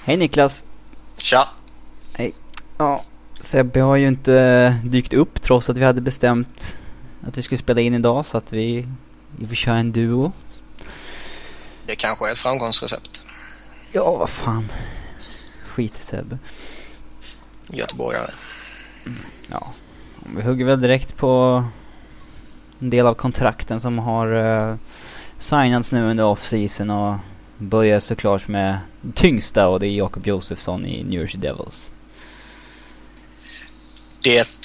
Hej Niklas. Tja. Hej. Ja, Sebbe har ju inte dykt upp trots att vi hade bestämt att vi skulle spela in idag, så att vi får köra en duo. Det kanske är ett framgångsrecept. Ja, vad fan. Skit i Sebbe. Göteborgare. Ja, vi hugger väl direkt på en del av kontrakten som har signats nu under off-season, och börjar såklart med tyngsta, och det är Jakob Josefsson i New Jersey Devils. Det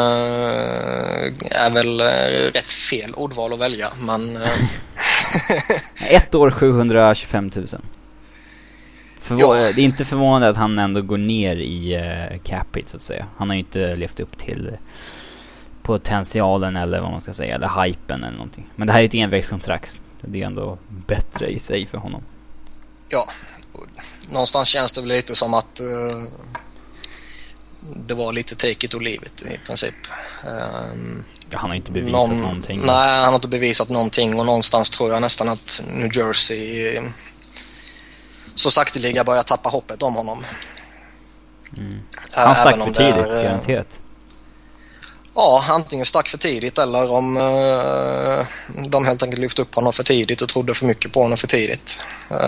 är väl rätt fel ordval att välja, men... 1 år 725 000. Ja. Det är inte förvånande att han ändå går ner i cap hit, så att säga. Han har ju inte levt upp till potentialen, eller vad man ska säga, eller hypen eller någonting. Men det här är ett envägskontrakt. Det är ändå bättre i sig för honom. Ja, någonstans känns det väl lite som att det var lite take it or leave it i princip. Ja, han har inte bevisat någonting. Nej, han har inte bevisat någonting, och någonstans tror jag nästan att New Jersey så sakteliga börjar tappa hoppet om honom. Han stack för tidigt, garanterat. Ja, antingen stack för tidigt, eller om de helt enkelt lyfte upp honom för tidigt och trodde för mycket på honom för tidigt.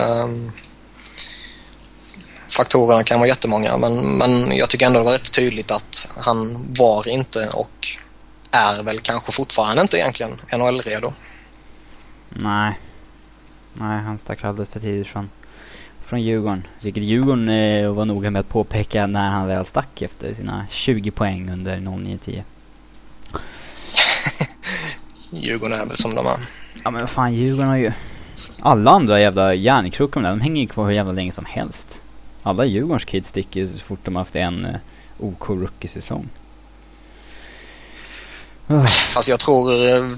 Faktorerna kan vara jättemånga, men jag tycker ändå det var rätt tydligt att han var inte, och är väl kanske fortfarande inte egentligen NHL-redo. Nej, han stack alldeles för tidigt från Djurgården. Vilket Djurgården var noga med att påpeka när han väl stack efter sina 20 poäng under 09-10. Djurgården är väl som de är. Ja, men vad fan, Djurgården har ju... Alla andra jävla järnkrokar med det, de hänger ju kvar hur jävla länge som helst. Alla Djurgårdens kids sticker ju så fort de har haft en OK rookie-säsong. Fast jag tror...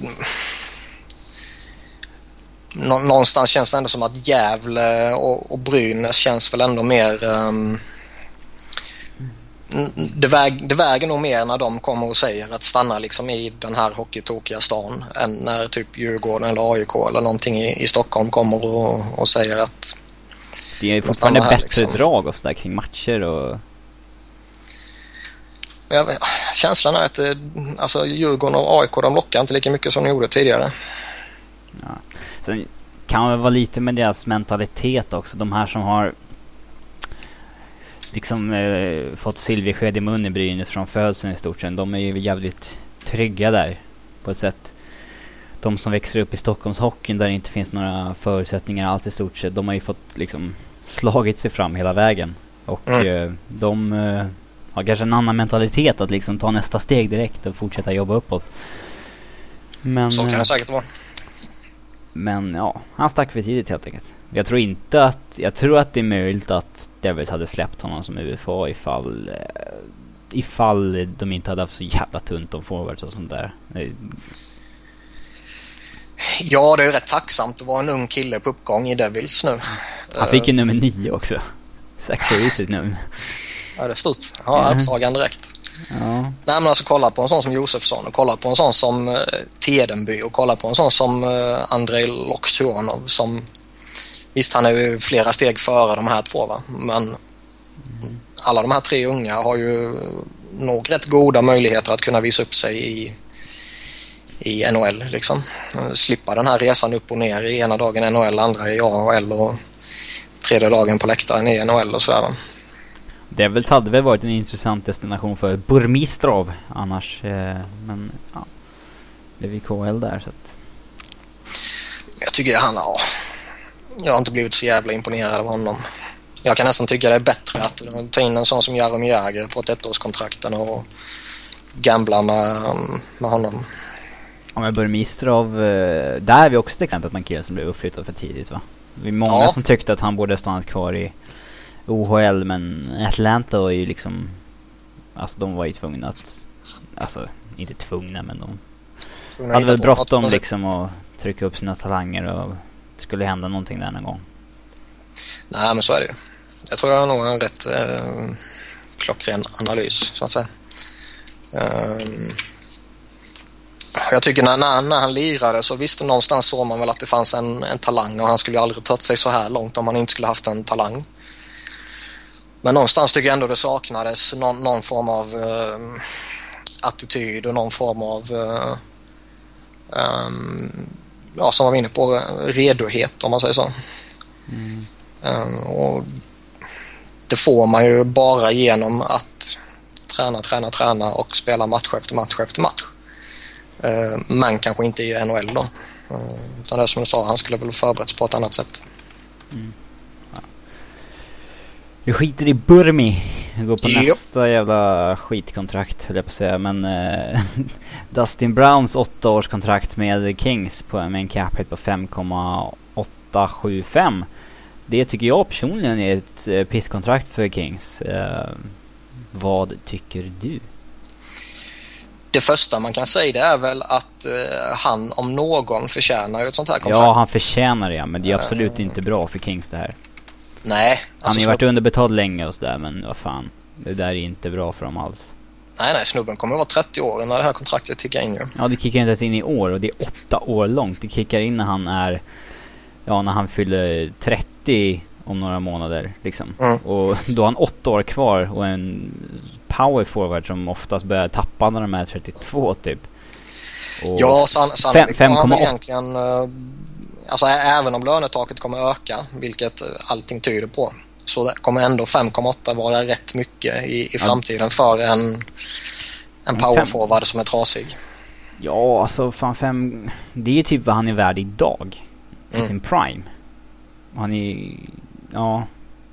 någonstans känns det ändå som att Gävle och Brynäs känns väl ändå mer... Det väger nog mer när de kommer och säger att stanna liksom i den här hockeytokiga stan, än när typ Djurgården eller AIK eller någonting i Stockholm kommer och säger att det är fortfarande bättre liksom. Drag och sådär kring matcher och... Känslan är att alltså Djurgården och AIK, de lockar inte lika mycket som de gjorde tidigare. Ja. Sen kan det vara lite med deras mentalitet också. De här som har liksom fått silversked i mun i Brynäs från födseln i stort sett, de är ju jävligt trygga där på ett sätt. De som växer upp i Stockholmshockeyn där det inte finns några förutsättningar alls i stort sett, de har ju fått liksom slagit sig fram hela vägen, och de har kanske en annan mentalitet att liksom ta nästa steg direkt och fortsätta jobba uppåt. Men så kan det säkert vara. Men ja, han stack för tidigt helt enkelt. Jag tror att det är möjligt att Devils hade släppt honom som UFA ifall de inte hade haft så jävla tunt om forwards och sånt där. Ja, det är rätt tacksamt att vara en ung kille på uppgång i Devils nu. Han fick ju nummer 9 också. Säkert nu. Ja, det är stort. Ja, uppdragen direkt. Ja. Nej, men alltså kolla på en sån som Josefsson, och kolla på en sån som Tedenby, och kolla på en sån som Andrei Loktionov, som visst, han är ju flera steg före de här två, va? Men alla de här tre unga har ju nog rätt goda möjligheter att kunna visa upp sig i NHL liksom. Slippa den här resan upp och ner, i ena dagen NHL, andra i AHL och tredje dagen på läktaren i NHL och sådär, va? Devils hade väl varit en intressant destination för Burmistrov annars, men ja, det är KHL där, så att... Jag tycker jag har inte blivit så jävla imponerad av honom. Jag kan nästan tycka det är bättre att ta in en sån som Jaromir Jagr på ett 1-årskontrakt och gambla med honom. Ja, men Burmistrov, där är vi också ett exempel på en kille som blev uppflyttad för tidigt, va? Det är många som tyckte att han borde stannat kvar i OHL, men Atlanta är ju liksom, alltså de var ju tvungna att, alltså inte tvungna, men de hade väl bråttom liksom att trycka upp sina talanger, och det skulle hända någonting där någon gång. Nej, men så är det ju. Jag tror jag har nog en rätt klockren analys, så att säga. Jag tycker när han lirade så visste någonstans såg man väl att det fanns en talang, och han skulle ju aldrig tagit sig så här långt om han inte skulle haft en talang. Men någonstans tycker jag ändå det saknades någon form av attityd och någon form av som var vi inne på, redohet om man säger så. Och det får man ju bara genom att träna och spela match efter match. Men kanske inte i NHL då. Utan det är som du sa, han skulle väl förberetts på ett annat sätt. Ja. Vi skiter i Burmi. Vi går på nästa jävla skitkontrakt, höll jag på att säga. Men Dustin Browns 8-årskontrakt med Kings med en cap hit på 5,875. Det tycker jag personligen är ett pisskontrakt för Kings. Vad tycker du? Det första man kan säga det är väl att han om någon förtjänar ju ett sånt här kontrakt. Ja, han förtjänar det, men det är absolut inte bra för Kings det här. Nej. Han har ju varit underbetald länge och sådär, men vad fan. Det där är inte bra för dem alls. Nej, snubben kommer att vara 30 år när det här kontraktet kickar in ju. Ja, det kickar inte ens in i år och det är 8 år långt. Det kickar in när han är... Ja, när han fyller 30 om några månader liksom. Och då har han 8 år kvar och en power forward som oftast börjar tappa när de är 32 typ. Och ja, sannolikt har han väl egentligen... Alltså även om lönetaket kommer öka, vilket allting tyder på, så kommer ändå 5,8 vara rätt mycket i framtiden för en power forward som är trasig. Ja, alltså fan 5... Det är ju typ vad han är värd idag. I sin prime. Och han är... Ja,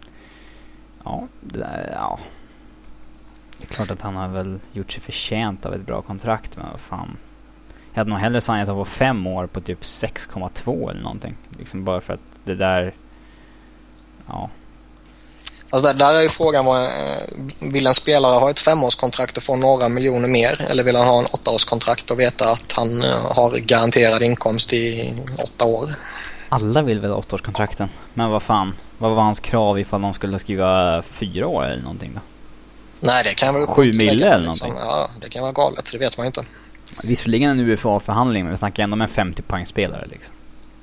det där, ja. Det är klart att han har väl gjort sig förtjänt av ett bra kontrakt, men vad fan. Jag hade nog hellre signat av 5 år på typ 6,2 eller någonting. Liksom bara för att det där... Ja. Alltså där är ju frågan, vill en spelare ha ett 5-årskontrakt och få några miljoner mer, eller vill han ha en 8-årskontrakt och veta att han har garanterad inkomst i 8 år? Alla vill väl 8-årskontrakten. Men vad fan, vad var hans krav ifall de skulle skriva 4 år eller någonting då? Nej, det kan väl 7 mille eller någonting. Ja, det kan vara galet, det vet man inte. Visserligen en UFA-förhandling, men vi snackar ändå med en 50-poängsspelare liksom.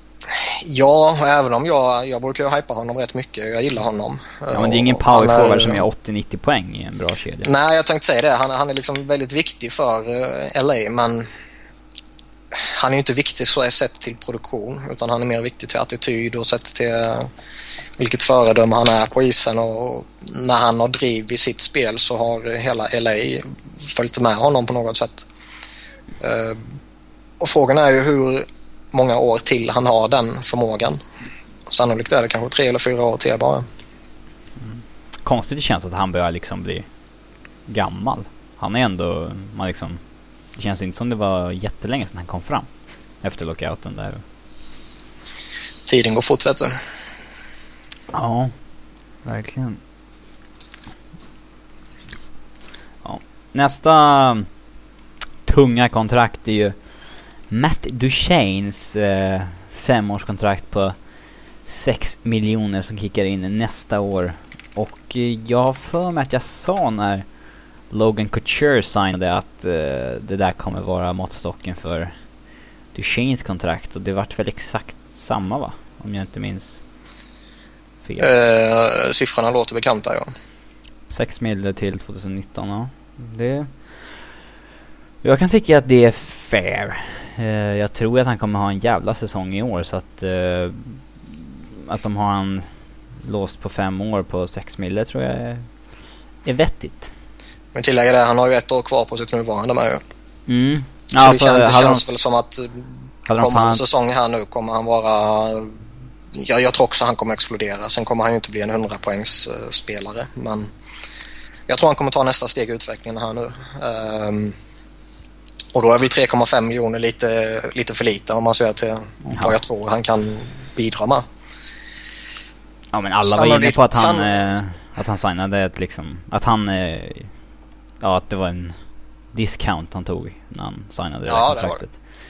Ja, även om jag brukar ju hypa honom rätt mycket. Jag gillar honom. Ja, men det är ingen power forward som är 80-90 poäng i en bra kedja. Nej, jag tänkte säga det. Han är liksom väldigt viktig för LA, men han är ju inte viktig så sett till produktion, utan han är mer viktig till attityd och sett till vilket föredöme han är på isen, och när han har driv i sitt spel så har hela LA följt med honom på något sätt. Och frågan är ju hur många år till han har den förmågan. Sannolikt är det kanske 3 eller 4 år till bara. Konstigt det känns att han börjar liksom bli gammal. Han är ändå, man liksom, det känns inte som det var jättelänge sedan han kom fram efter lockouten där. Tiden går fort, vet du. Ja, verkligen. Ja. Nästa tunga kontrakt är ju Matt Duchenes 5-årskontrakt på 6 miljoner som kickar in nästa år. Och jag har för mig att jag sa när Logan Couture signade att det där kommer vara måttstocken för Duchenes kontrakt. Och det vart väl exakt samma, va? Om jag inte minns fel. Siffrorna låter bekanta, ja. 6 miljoner till 2019, ja. Jag kan tycka att det är fair. Jag tror att han kommer ha en jävla säsong i år, så att de har han låst på 5 år på 6 miljoner tror jag är vettigt. Men tillägga det, han har ju 1 år kvar på sitt nuvarande med ju. Ja, så det känns väl som att kommande säsong här nu kommer han vara... Jag tror också han kommer explodera. Sen kommer han ju inte bli en 100-poängs spelare, men jag tror han kommer ta nästa steg i utvecklingen här nu. Och då är väl 3,5 miljoner lite för lite om man ser till vad jag tror han kan bidra med. Ja, men alla var inne på att han signade ett liksom, att han att det var en discount han tog när han signade det kontraktet.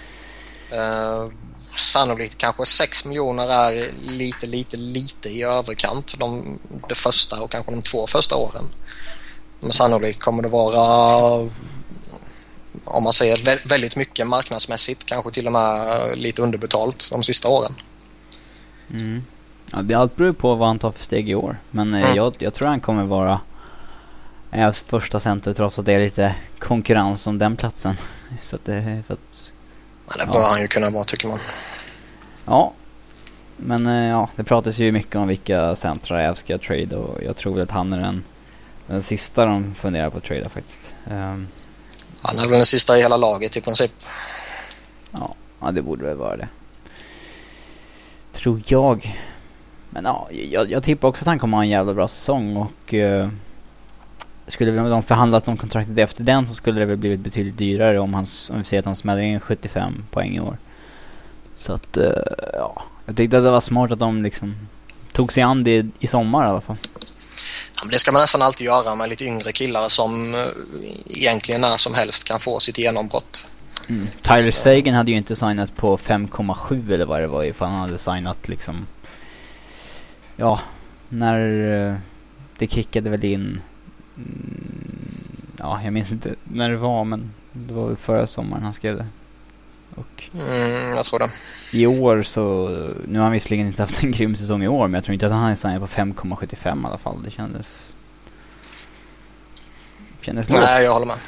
Sannolikt kanske 6 miljoner är lite i överkant det första och kanske de 2 första åren. Men sannolikt kommer det vara, om man säger väldigt mycket marknadsmässigt, kanske till och med lite underbetalt de sista åren. Ja, det allt beror på vad han tar för steg i år. Men jag tror han kommer vara Avs första center, trots att det är lite konkurrens om den platsen. Så att det, för att, det bör han ju kunna vara, tycker man. Ja. Men det pratas ju mycket om vilka centra Avs ska trade, och jag tror väl att han är den sista de funderar på att trada faktiskt. Han är väl den sista i hela laget i princip. Ja, det borde väl vara det. Tror jag. Men jag tippar också att han kommer ha en jävla bra säsong, och skulle de förhandlat om kontraktet efter den, så skulle det väl blivit betydligt dyrare om vi ser att han smäller in 75 poäng i år. Så att jag tyckte att det var smart att de liksom tog sig an det i sommar i alla fall. Ja, men det ska man nästan alltid göra med lite yngre killar som egentligen när som helst kan få sitt genombrott. Tyler Seguin hade ju inte signat på 5,7 eller vad det var, ifall han hade signat liksom när det kickade väl in jag minns inte när det var, men det var väl förra sommaren han skrev det. Och jag tror det. I år så, nu har han visserligen inte haft en grym säsong i år, men jag tror inte att han hade signat på 5,75 i alla fall. Det kändes Nej, jag håller med.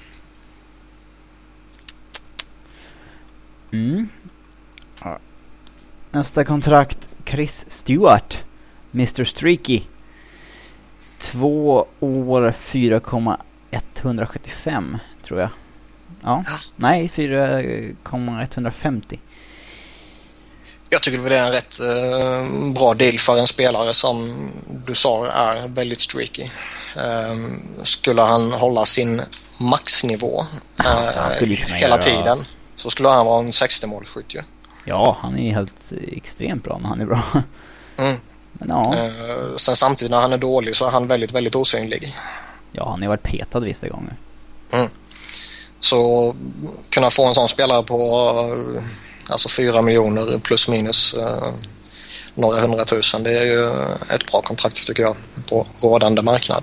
Nästa kontrakt, Chris Stewart, Mr. Streaky. 2 år 4,175 tror jag. Nej, 4,150. Jag tycker det är en rätt bra deal för en spelare som du sa är väldigt streaky. Skulle han hålla sin maxnivå hela tiden, så skulle han vara en 60-målskytt ju. Ja, han är helt extremt bra när han är bra. Men sen samtidigt när han är dålig så är han väldigt, väldigt osynlig. Ja, han har varit petad vissa gånger. Så kunna få en sån spelare på 4 miljoner plus minus några 100 000, det är ju ett bra kontrakt tycker jag på rådande marknad.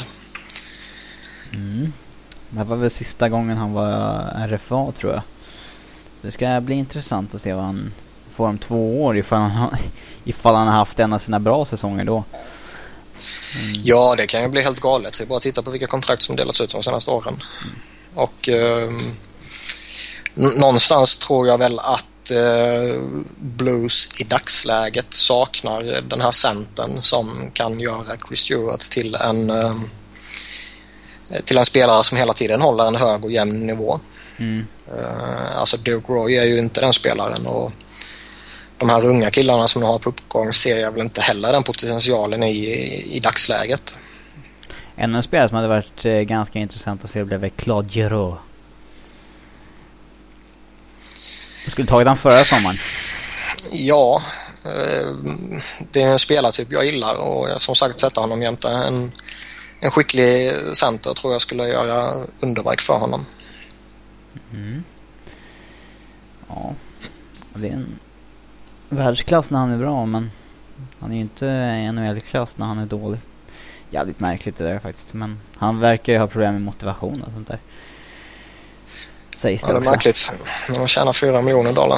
Det var väl sista gången han var RFA tror jag. Det ska bli intressant att se vad han får om 2 år ifall han har haft en av sina bra säsonger då. Ja, det kan ju bli helt galet. Det är bara att titta på vilka kontrakt som delats ut de senaste åren. Och någonstans tror jag väl att Blues i dagsläget saknar den här centern som kan göra Chris Stewart till en spelare som hela tiden håller en hög och jämn nivå. Dirk Roy är ju inte den spelaren, och de här unga killarna som har på uppgång ser jag väl inte heller den potentialen i dagsläget. En spelare som hade varit ganska intressant att se blev väl Claude Giroux. Du skulle tagit den förra sommaren. Ja, det är en spelartyp jag gillar, och jag som sagt sätta honom jämte en skicklig center tror jag skulle göra underverk för honom. Ja, det är en världsklass när han är bra, men han är ju inte NHL-klass när han är dålig. Jävligt märkligt det där faktiskt, men han verkar ju ha problem med motivation och sånt där. Sägs det är också. Märkligt. Han tjänar $4 miljoner.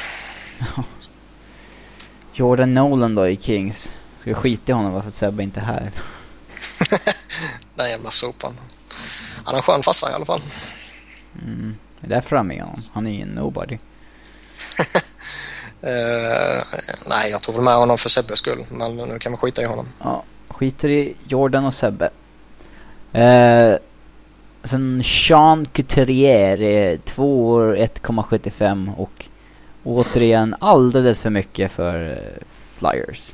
Jordan Nolan då i Kings. Ska vi skita i honom varför Sebbe inte är här? Den jävla sopan. Han är en skön farsa i alla fall. Det är därför han är med honom. Han är ju en nobody. Nej, jag tror väl med honom för Sebbes skull. Men nu kan vi skita i honom. Ja, skiter i Jordan och Sebbe. Sen Sean Couturier 2 år 1,75 och återigen alldeles för mycket för Flyers.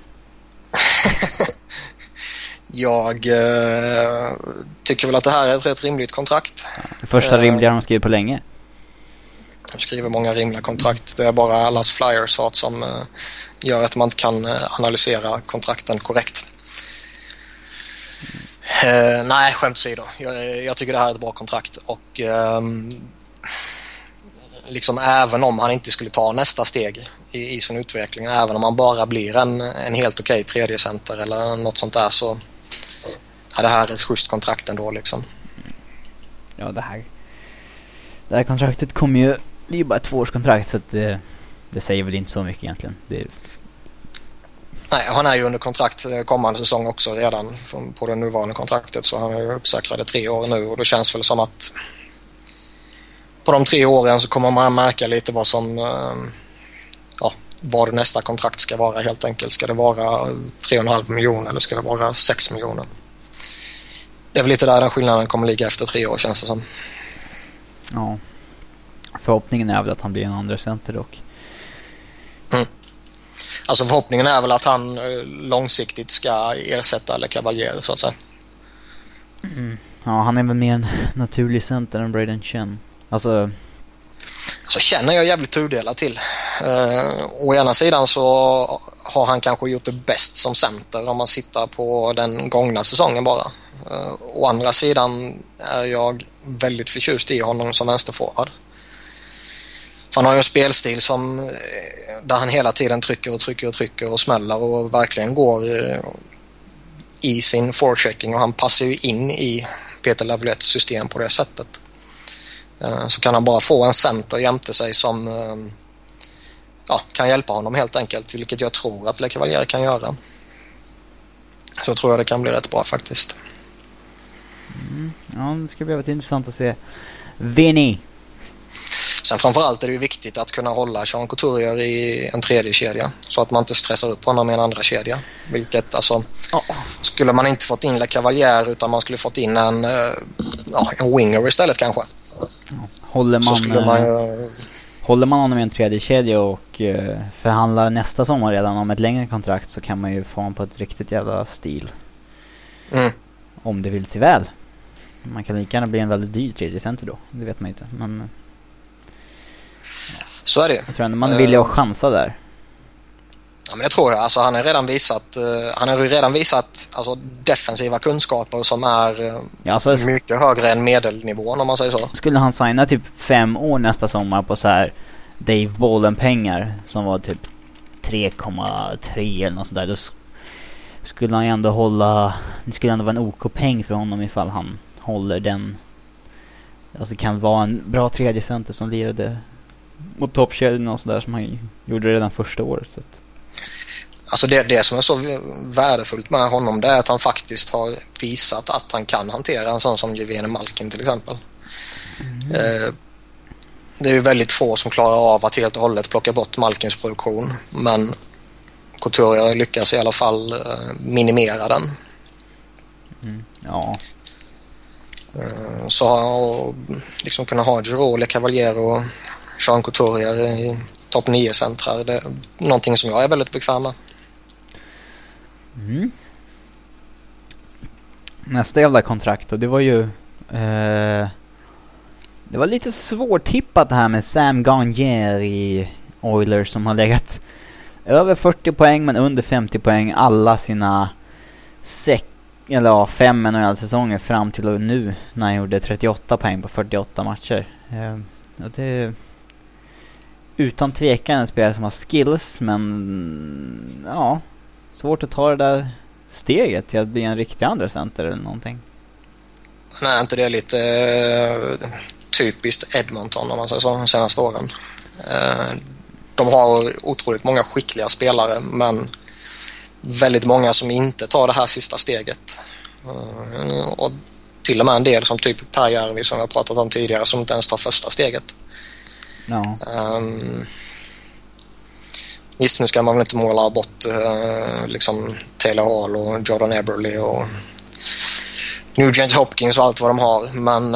Jag tycker väl att det här är ett rätt rimligt kontrakt. Det första rimliga de skriver på länge. De skriver många rimliga kontrakt. Det är bara allas Flyers-hat som gör att man inte kan analysera kontrakten korrekt. Nej, skämt åsido. Jag tycker det här är ett bra kontrakt, och liksom även om han inte skulle ta nästa steg i sin utveckling, även om han bara blir en helt okej tredje center eller något sånt där, så är det här ett schysst kontrakt ändå liksom. Ja, det här kontraktet kommer ju, det är ju bara ett 2-årskontrakt, så att det säger väl inte så mycket egentligen. Nej, han är ju under kontrakt kommande säsong också redan på det nuvarande kontraktet, så han är ju uppsäkrade 3 år nu, och då känns väl som att på de 3 åren så kommer man märka lite vad som vad nästa kontrakt ska vara helt enkelt. Ska det vara 3,5 miljoner eller ska det vara 6 miljoner? Det är väl lite där den skillnaden kommer ligga efter 3 år, känns det som. Ja. Förhoppningen är väl att han blir en andra center dock. Alltså förhoppningen är väl att han långsiktigt ska ersätta Le Cavalier, så att säga. Ja, han är väl mer en naturlig center än Brayden Chen. Alltså känner jag jävligt tudelad till. Å ena sidan så har han kanske gjort det bäst som center om man sitter på den gångna säsongen bara. Å andra sidan är jag väldigt förtjust i honom som vänsterforward. Han har ju en spelstil som där han hela tiden trycker och smäller och verkligen går i sin forechecking, och han passar ju in i Peter Lavallets system på det sättet. Så kan han bara få en center jämte sig som kan hjälpa honom helt enkelt, vilket jag tror att Le Cavalier kan göra. Så tror jag det kan bli rätt bra faktiskt. Ja, det ska bli väldigt intressant att se Vinny. Sen framförallt är det ju viktigt att kunna hålla Sean Couturier i en tredje kedja så att man inte stressar upp honom i en andra kedja. Vilket skulle man inte fått in Le Cavalier utan man skulle fått in en winger istället kanske. Håller man honom i en tredje kedja och förhandlar nästa sommar redan om ett längre kontrakt, så kan man ju få honom på ett riktigt jävla stil. Om det vill sig väl. Man kan lika gärna bli en väldigt dyr tredje center då. Det vet man inte. Men så är det. Jag tror ändå man vill ju chansa där. Ja, men det tror jag. Alltså, han har ju redan visat alltså, defensiva kunskaper som är mycket högre än medelnivån, om man säger så. Skulle han signa typ 5 år nästa sommar på så här Dave Bollen-pengar som var typ 3,3 eller något sådär, då skulle han ju ändå hålla, det skulle ändå vara en OK-peng för honom ifall han håller den. Alltså kan vara en bra tredje center som lirade mot toppkedjan och sådär som han gjorde redan första året. Så att. Alltså det som är så värdefullt med honom, det är att han faktiskt har visat att han kan hantera en sån som Evgeni Malkin till exempel. Det är ju väldigt få som klarar av att helt och hållet plocka bort Malkins produktion, men Couturier lyckas i alla fall minimera den. Ja. Så liksom kunna ha Giroud, Le Cavalier och Sean Couturier i topp 9-centrar, det är någonting som jag är väldigt bekväm med. Nästa jävla kontrakt, och det var ju det var lite svårtippat det här med Sam Gagner i Oilers, som har legat över 40 poäng men under 50 poäng alla sina 5 NHL-säsonger fram till nu, när han gjorde 38 poäng på 48 matcher. Och det är utan tvekan en spelare som har skills, men svårt att ta det där steget till att bli en riktig andra center eller någonting. Nej, inte det är lite typiskt Edmonton om man säger så, de senaste åren. De har otroligt många skickliga spelare, men väldigt många som inte tar det här sista steget. Och till och med en del som typ Per Järvi som vi har pratat om tidigare, som inte ens tar första steget. Ja. Visst, nu ska man väl inte måla bort liksom Taylor Hall och Jordan Eberle och Nugent Hopkins och allt vad de har, men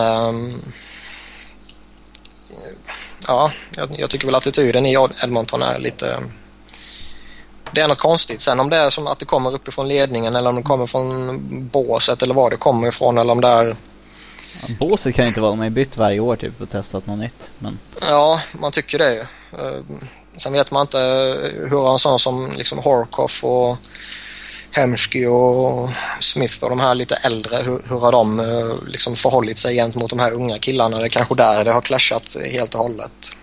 jag tycker väl attityden i Edmonton är lite, det är något konstigt. Sen om det är som att det kommer uppifrån ledningen eller om det kommer från båset eller vad det kommer ifrån, eller om det är båset kan inte vara, de har bytt varje år typ och testat något nytt, men ja, man tycker det ju. Sen vet man inte hur en sån som liksom Horkoff och Hemsky och Smith och de här lite äldre, hur har de liksom förhållit sig gentemot de här unga killarna? Det är kanske där det har clashat helt och hållet.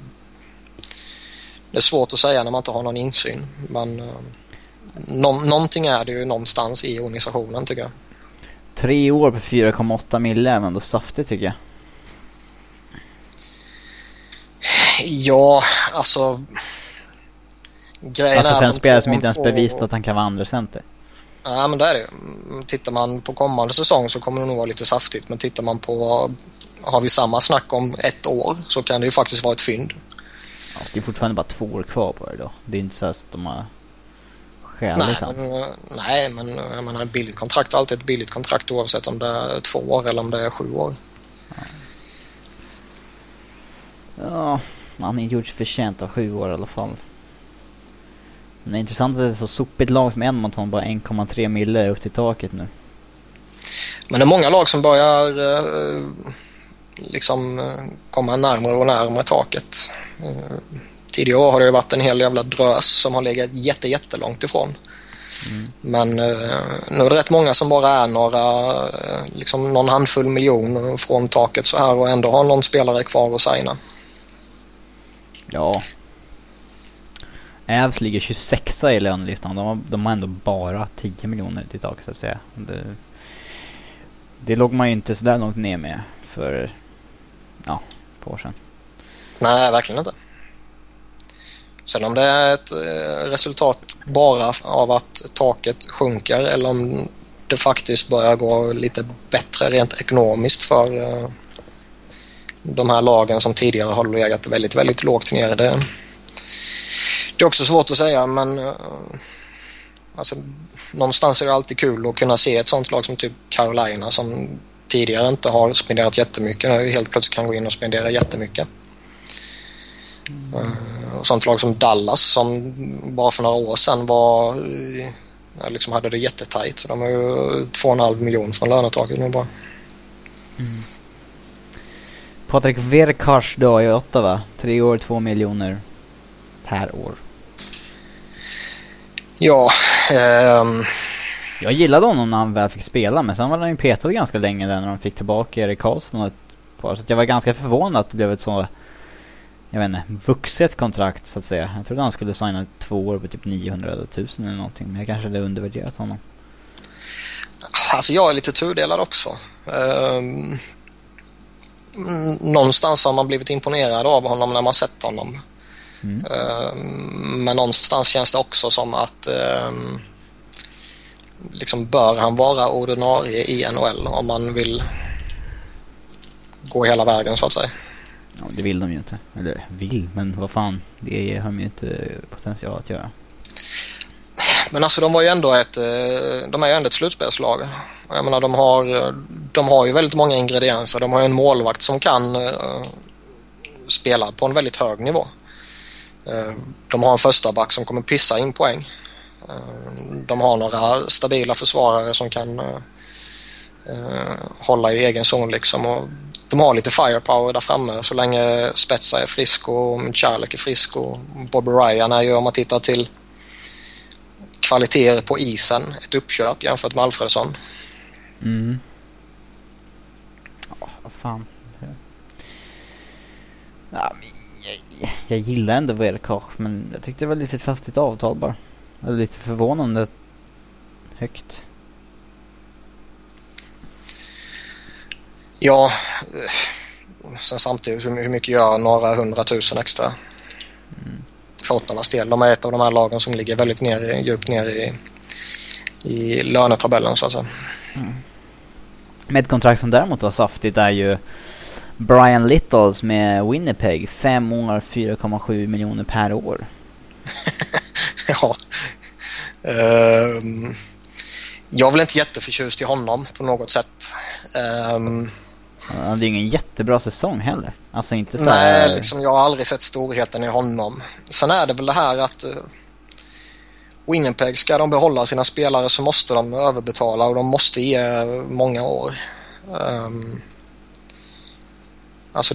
Det är svårt att säga när man inte har någon insyn, men någonting är det ju någonstans i organisationen, tycker jag. 3 år på 4,8 mille är ändå saftigt, tycker jag. Ja, alltså Grejen Alltså är för en att spelare som inte ens bevisat att han kan vara andra center. Ja, men det är det. Tittar man på kommande säsong så kommer det nog vara lite saftigt. Men tittar man på, har vi samma snack om 1 år, så kan det ju faktiskt vara ett fynd. Ja, det är fortfarande bara 2 år kvar på det då. Det är inte så att de har skäligt. Nej, men jag menar, ett billigt kontrakt är alltid ett billigt kontrakt oavsett om det är 2 år eller om det är 7 år. Ja, han har inte gjort sig förtjänt av 7 år i alla fall. Men det är intressant att det är så sopigt lag som Edmonton, bara 1,3 mille upp till taket nu. Men det är många lag som börjar komma närmare och närmare taket. Tidigare år har det ju varit en hel jävla drös som har legat jättelångt ifrån. Men nu är det rätt många som bara är någon handfull miljoner från taket så här och ändå har någon spelare kvar att signa. Ja. Avs ligger 26 i lönelistan. De har ändå bara 10 miljoner till tak så att säga. Det låg man ju inte så där långt ner med för ett år sedan. Nej, verkligen inte. Sen om det är ett resultat bara av att taket sjunker eller om det faktiskt börjar gå lite bättre rent ekonomiskt för de här lagen som tidigare har legat väldigt lågt ner. Det är också svårt att säga, men alltså, någonstans är det alltid kul att kunna se ett sånt lag som typ Carolina som tidigare inte har spenderat jättemycket och helt plötsligt kan gå in och spendera jättemycket. Och sånt lag som Dallas som bara för några år sedan hade det jättetajt, så de har ju 2,5 miljoner från lönetaket nu bara. Patrik Verkars då i Ottawa, 3 år, 2 miljoner per år. Ja, jag gillade honom när han väl fick spela, men sen var han ju petad ganska länge där när de fick tillbaka Erik Karlsson och ett par, så jag var ganska förvånad att det blev ett så, jag vet inte, vuxet kontrakt så att säga. Jag trodde han skulle signa 2 år på typ 900 000 eller någonting, men jag kanske hade undervärderat honom. Alltså jag är lite tudelad också. Någonstans har man blivit imponerad av honom när man sett honom. Men någonstans känns det också som att bör han vara ordinarie i NHL om man vill gå hela vägen så att säga. Ja, det vill de ju inte. Eller vill, men vad fan, det har de ju inte potential att göra. Men alltså de är ju ändå ett slutspelslag. Jag menar, de har ju väldigt många ingredienser. De har ju en målvakt som kan spela på en väldigt hög nivå. De har en första back som kommer pissa in poäng. De har några stabila försvarare som kan hålla i egen zon liksom, och de har lite firepower där framme så länge Spezza är frisk och Charlek är frisk och Bobby Ryan är ju, om man tittar till kvaliteter på isen, ett uppköp jämfört med Alfredsson. Ja, vad fan. Ja, jag gillar ändå Verkars, men jag tyckte det var lite saftigt avtal bara. Eller lite förvånande högt. Ja, sen samtidigt hur mycket gör några 100 000 extra för Ottawas del. De är ett av de här lagen som ligger väldigt djupt ner i lönetabellen så att säga. Med ett kontrakt som däremot var saftigt är ju Brian Littles med Winnipeg, 5 år, 4,7 miljoner per år. Ja. Jag vill inte jätteförtjust i honom på något sätt. Det är ingen jättebra säsong heller. Alltså inte så. Nej, jag har aldrig sett storheten i honom. Sen är det väl det här att Winnipeg, ska de behålla sina spelare så måste de överbetala och de måste ge många år. Alltså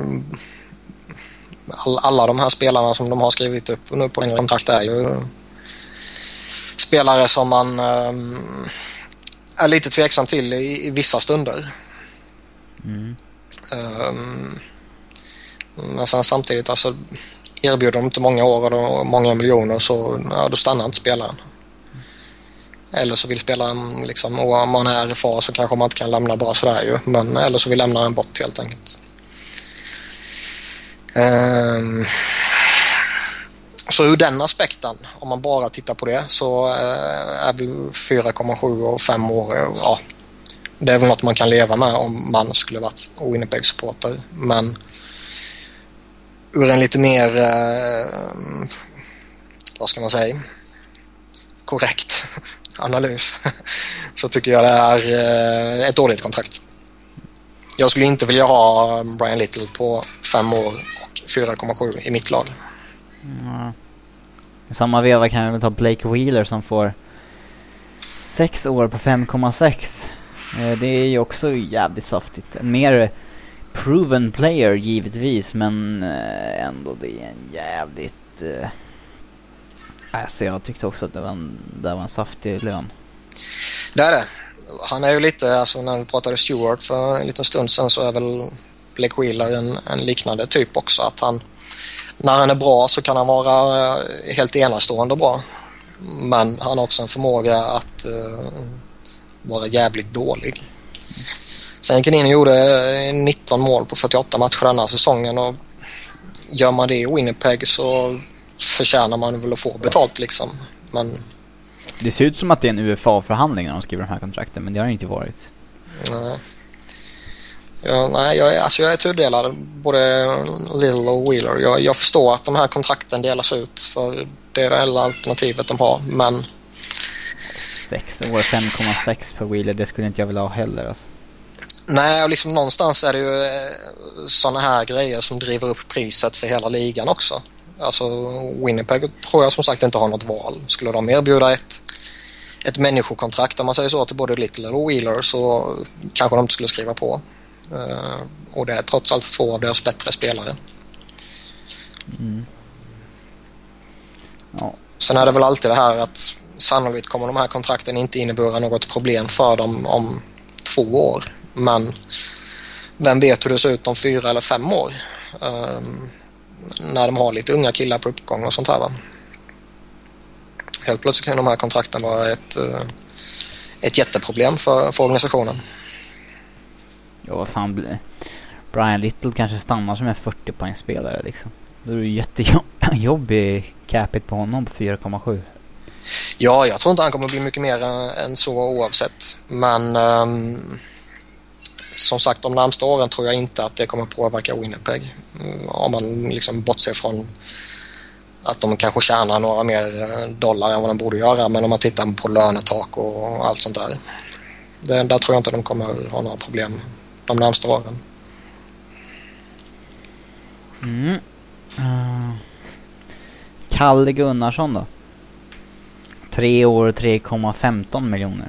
alla de här spelarna som de har skrivit upp nu på längre kontrakt är ju spelare som man är lite tveksam till i vissa stunder. Men sen samtidigt erbjuder de inte många år och många miljoner, så då stannar inte spelaren. Eller så vill spelaren och om man är i fas så kanske man inte kan lämna bra sådär ju, men eller så vill lämna en bort helt Så ur den aspekten, om man bara tittar på det, så är väl 4,7 och 5 år, ja, det är väl något man kan leva med om man skulle varit Winnipeg-supporter. Men ur en lite mer, vad ska man säga, korrekt analys så tycker jag det är ett dåligt kontrakt. Jag skulle inte vilja ha Brian Little på 5 år och 4,7 i mitt lag. I samma veva kan jag väl ta Blake Wheeler som får 6 år på 5,6. Det är ju också jävligt saftigt. En mer proven player givetvis, men ändå det är en jävligt... Alltså jag tyckte också att det var en saftig lön. Det är det. Han är ju lite, alltså när vi pratade Stewart för en liten stund sedan, så är väl Blake Wheeler en liknande typ också. Att han, när han är bra så kan han vara helt enastående bra. Men han har också en förmåga att vara jävligt dålig. Sen gick han in och gjorde 19 mål på 48 matcher den här säsongen, och gör man det i Winnipeg så förtjänar man väl att få betalt liksom. Men det ser ut som att det är en UFA-förhandling när de skriver de här kontrakten, men det har det inte varit. Nej. Jag är tudelad, både Little och Wheeler. Jag förstår att de här kontrakten delas ut, för det är det enda alternativet de har, men 6 år, 5,6 per Wheeler, det skulle inte jag vilja ha heller alltså. Nej, och liksom någonstans är det ju såna här grejer som driver upp priset för hela ligan också. Alltså Winnipeg tror jag som sagt inte har något val. Skulle de erbjuda ett människokontrakt, om man säger så, till både Little och Wheeler, så kanske de inte skulle skriva på. Och det är trots allt 2 av deras bättre spelare. Ja. Sen är det väl alltid det här att sannolikt kommer de här kontrakten inte innebära något problem för dem om 2 år. Men vem vet hur det ser ut om 4 eller 5 år? När de har lite unga killar på uppgång och sånt här, va? Helt plötsligt kan de här kontrakten vara ett jätteproblem för organisationen. Ja, vad fan blir Brian Little kanske stannar som en 40-poängsspelare liksom. Då är det jättejobbig capita på honom på 4,7. Ja, jag tror inte han kommer bli mycket mer än så oavsett. Men som sagt, de närmsta åren tror jag inte att det kommer påverka Winnipeg. Om man liksom bortser från att de kanske tjänar några mer dollar än vad de borde göra. Men om man tittar på lönetak och allt sånt där. Där tror jag inte de kommer ha några problem de närmsta åren. Kalle Gunnarsson då? 3 år, 3,15 miljoner.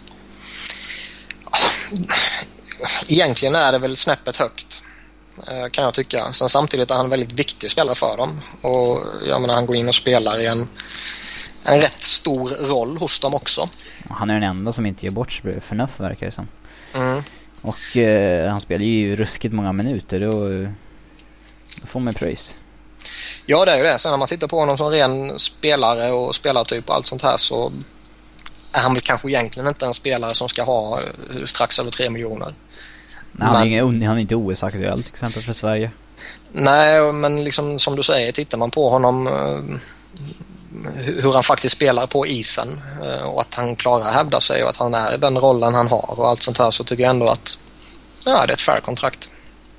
Egentligen är det väl snäppet högt, kan jag tycka. Sen samtidigt är han en väldigt viktig spelare för dem. Och jag menar, han går in och spelar i en rätt stor roll hos dem också. Han är den enda som inte gör bort sig för Nuff, verkar det som. Och han spelar ju ruskigt många minuter. Då får man pröjs. Ja, det är ju det. Sen när man tittar på honom som ren spelare och spelartyp och allt sånt här, så är han väl kanske egentligen inte en spelare som ska ha strax över 3 miljoner. Nej, han är inte OS-aktuell till exempel för Sverige. Nej, men liksom som du säger, tittar man på honom, hur han faktiskt spelar på isen, och att han klarar att hävda sig och att han är den rollen han har och allt sånt här, så tycker jag ändå att det är ett fair kontrakt.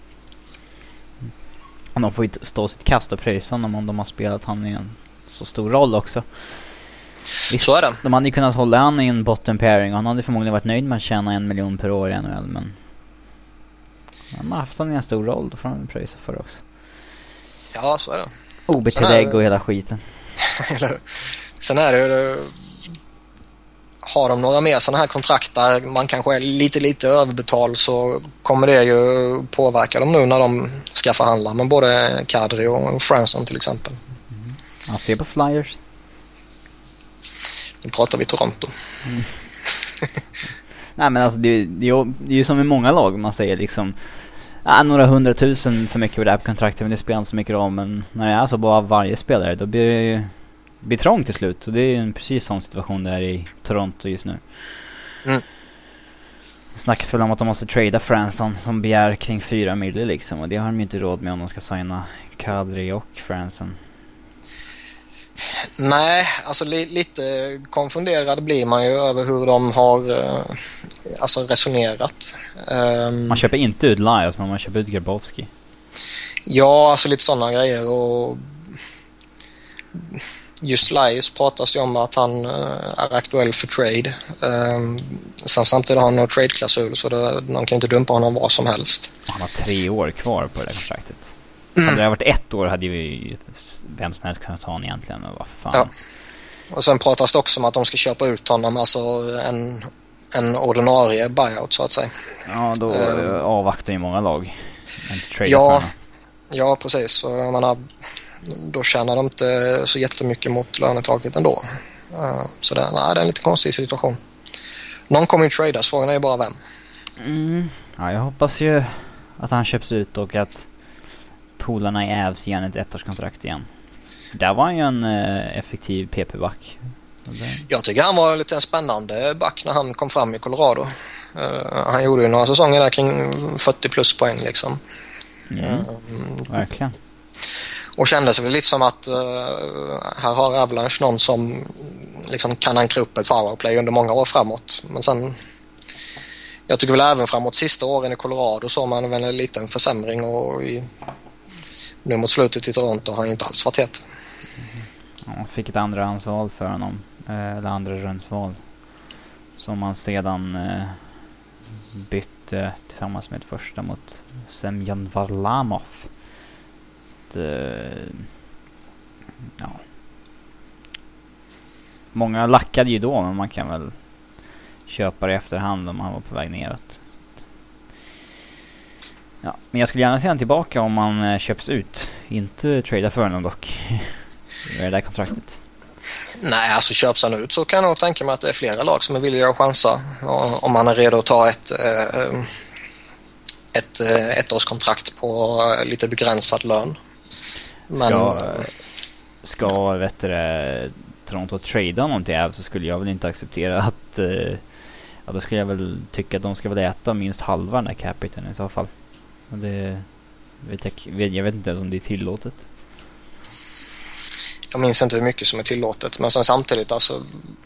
Och de får ju stå sitt kast och pröjsa honom om de har spelat han i en så stor roll också. Visst, så är det. De hade ju kunnat hålla han i en bottom pairing och han hade förmodligen varit nöjd med att tjäna 1 miljon per år i NHL, men de har haft han i en stor roll, då får de pröjsa för det också. Ja, så är det. OB-tillägg och hela skiten. Sen är det, har de några mer sådana här kontrakt där man kanske är lite överbetald, så kommer det ju påverka dem nu när de ska förhandla med både Kadri och Franson till exempel. Ja, se på Flyers. Nu pratar vi Toronto. Nej, men alltså det är ju som i många lag man säger liksom några 100 000 för mycket för det här kontraktet, men det spelar inte så mycket roll. Men när det är så bara varje spelare, då blir det trångt till slut. Och det är ju en precis sån situation där i Toronto just nu. Snackas väl om att de måste trada Franson som begär kring 4 miljoner liksom, och det har de ju inte råd med om de ska signa Kadri och Franson. Nej, alltså lite konfunderad blir man ju över hur de har alltså resonerat. Man köper inte ut Lias, men man köper ut Grabowski. Ja, alltså lite sådana grejer. Och just Lias pratas det om att han är aktuell för trade. Sen samtidigt har han någon trade-klausul, så de kan inte dumpa honom vad som helst. Han har 3 år kvar på det där kontraktet. Hade det varit 1 år hade ju vem som helst kunnat ta honom egentligen, men vad fan. Ja. Och sen pratas det också om att de ska köpa ut honom, alltså en ordinarie buyout så att säga. Ja, då avvaktar ju många lag. Ja, precis. Så jag menar, då tjänar de inte så jättemycket mot lönetaket ändå. Så det är en lite konstig situation. Någon kommer ju tradas, frågan är ju bara vem. Ja, jag hoppas ju att han köps ut och att polarna i Avs igen ett 1-årskontrakt igen. Där var han ju en effektiv PP-back. Jag tycker han var lite en spännande back när han kom fram i Colorado. Han gjorde ju några säsonger där kring 40 plus poäng liksom. Verkligen. Och kändes väl lite som att här har Avalanche någon som liksom kan ankra upp ett powerplay under många år framåt. Men sen, jag tycker väl även framåt sista åren i Colorado så man väl en liten försämring, och nu mot slutet i Toronto har han inte alls varit het. Ja, fick ett andra ansval för honom, eller andra rundsval, som man sedan bytte tillsammans med ett första mot Semyon Varlamov. Ja. Många lackade ju då, men man kan väl köpa det i efterhand om han var på väg neråt. Ja, men jag skulle gärna se han tillbaka om man köps ut. Inte trada för honom dock. Det där kontraktet. Nej, alltså köps han ut så kan jag nog tänka mig att det är flera lag som är villiga att chansa. Om man är redo att ta ett ettårskontrakt på lite begränsad lön. Men ska Toronto trada honom till Avs, så skulle jag väl inte acceptera att då skulle jag väl tycka att de ska väl äta minst halva den där capiten i så fall. Och det jag vet inte ens om det är tillåtet. Jag minns inte hur mycket som är tillåtet, men sen samtidigt alltså,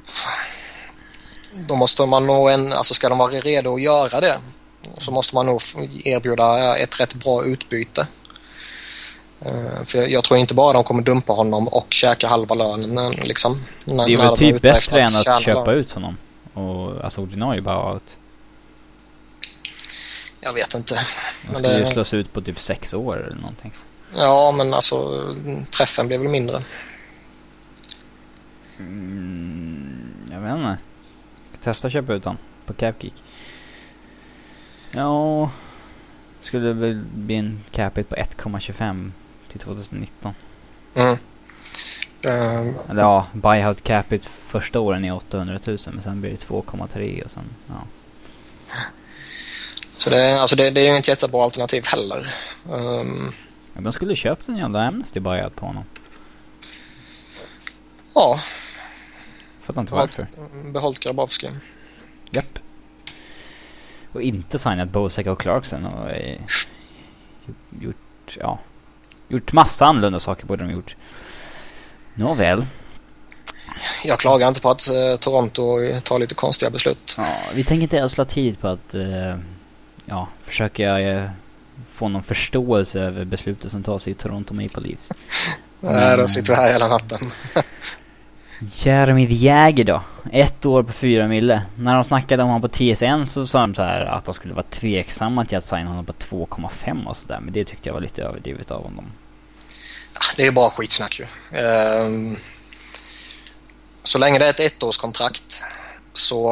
då måste man nog alltså ska de vara redo att göra det, så måste man nog erbjuda ett rätt bra utbyte. För jag tror inte bara de kommer dumpa honom och käka halva lönen liksom. Det är väl typ bättre än att köpa ut honom och alltså ordinarie bara out. Jag vet inte. Man skulle ju slås ut på typ 6 år eller någonting. Ja, men alltså träffen blir väl mindre. Jag vet inte. Testa köpa ut honom på Capgeek. Ja, skulle det väl bli en capita på 1,25 till 2019. Eller ja, buyout capita första åren är 800 000, men sen blir det 2,3 och sen ja. Så det är ju inget jättebra alternativ heller. Man skulle köpt en jävla Amnesty buyout på honom. Ja. Fattar inte varför. Behållt Grabowski. Japp. Och inte signat Bozak och Clarkson och gjort massa annorlunda saker borde de gjort. Nåväl. Jag klagar inte på att Toronto tar lite konstiga beslut. Ja, vi tänker inte ödsla tid på att försöka få någon förståelse över beslutet som tas i Toronto Maple Leafs. Nej, då sitter vi här hela natten. Jaromir Jagr då. 1 år på 4 mille. När de snackade om honom på TSN så sa de så här att de skulle vara tveksamma till att signa honom på 2,5 och sådär. Men det tyckte jag var lite överdrivet av honom. Det är bara skitsnack ju. Så länge det är ett 1-årskontrakt så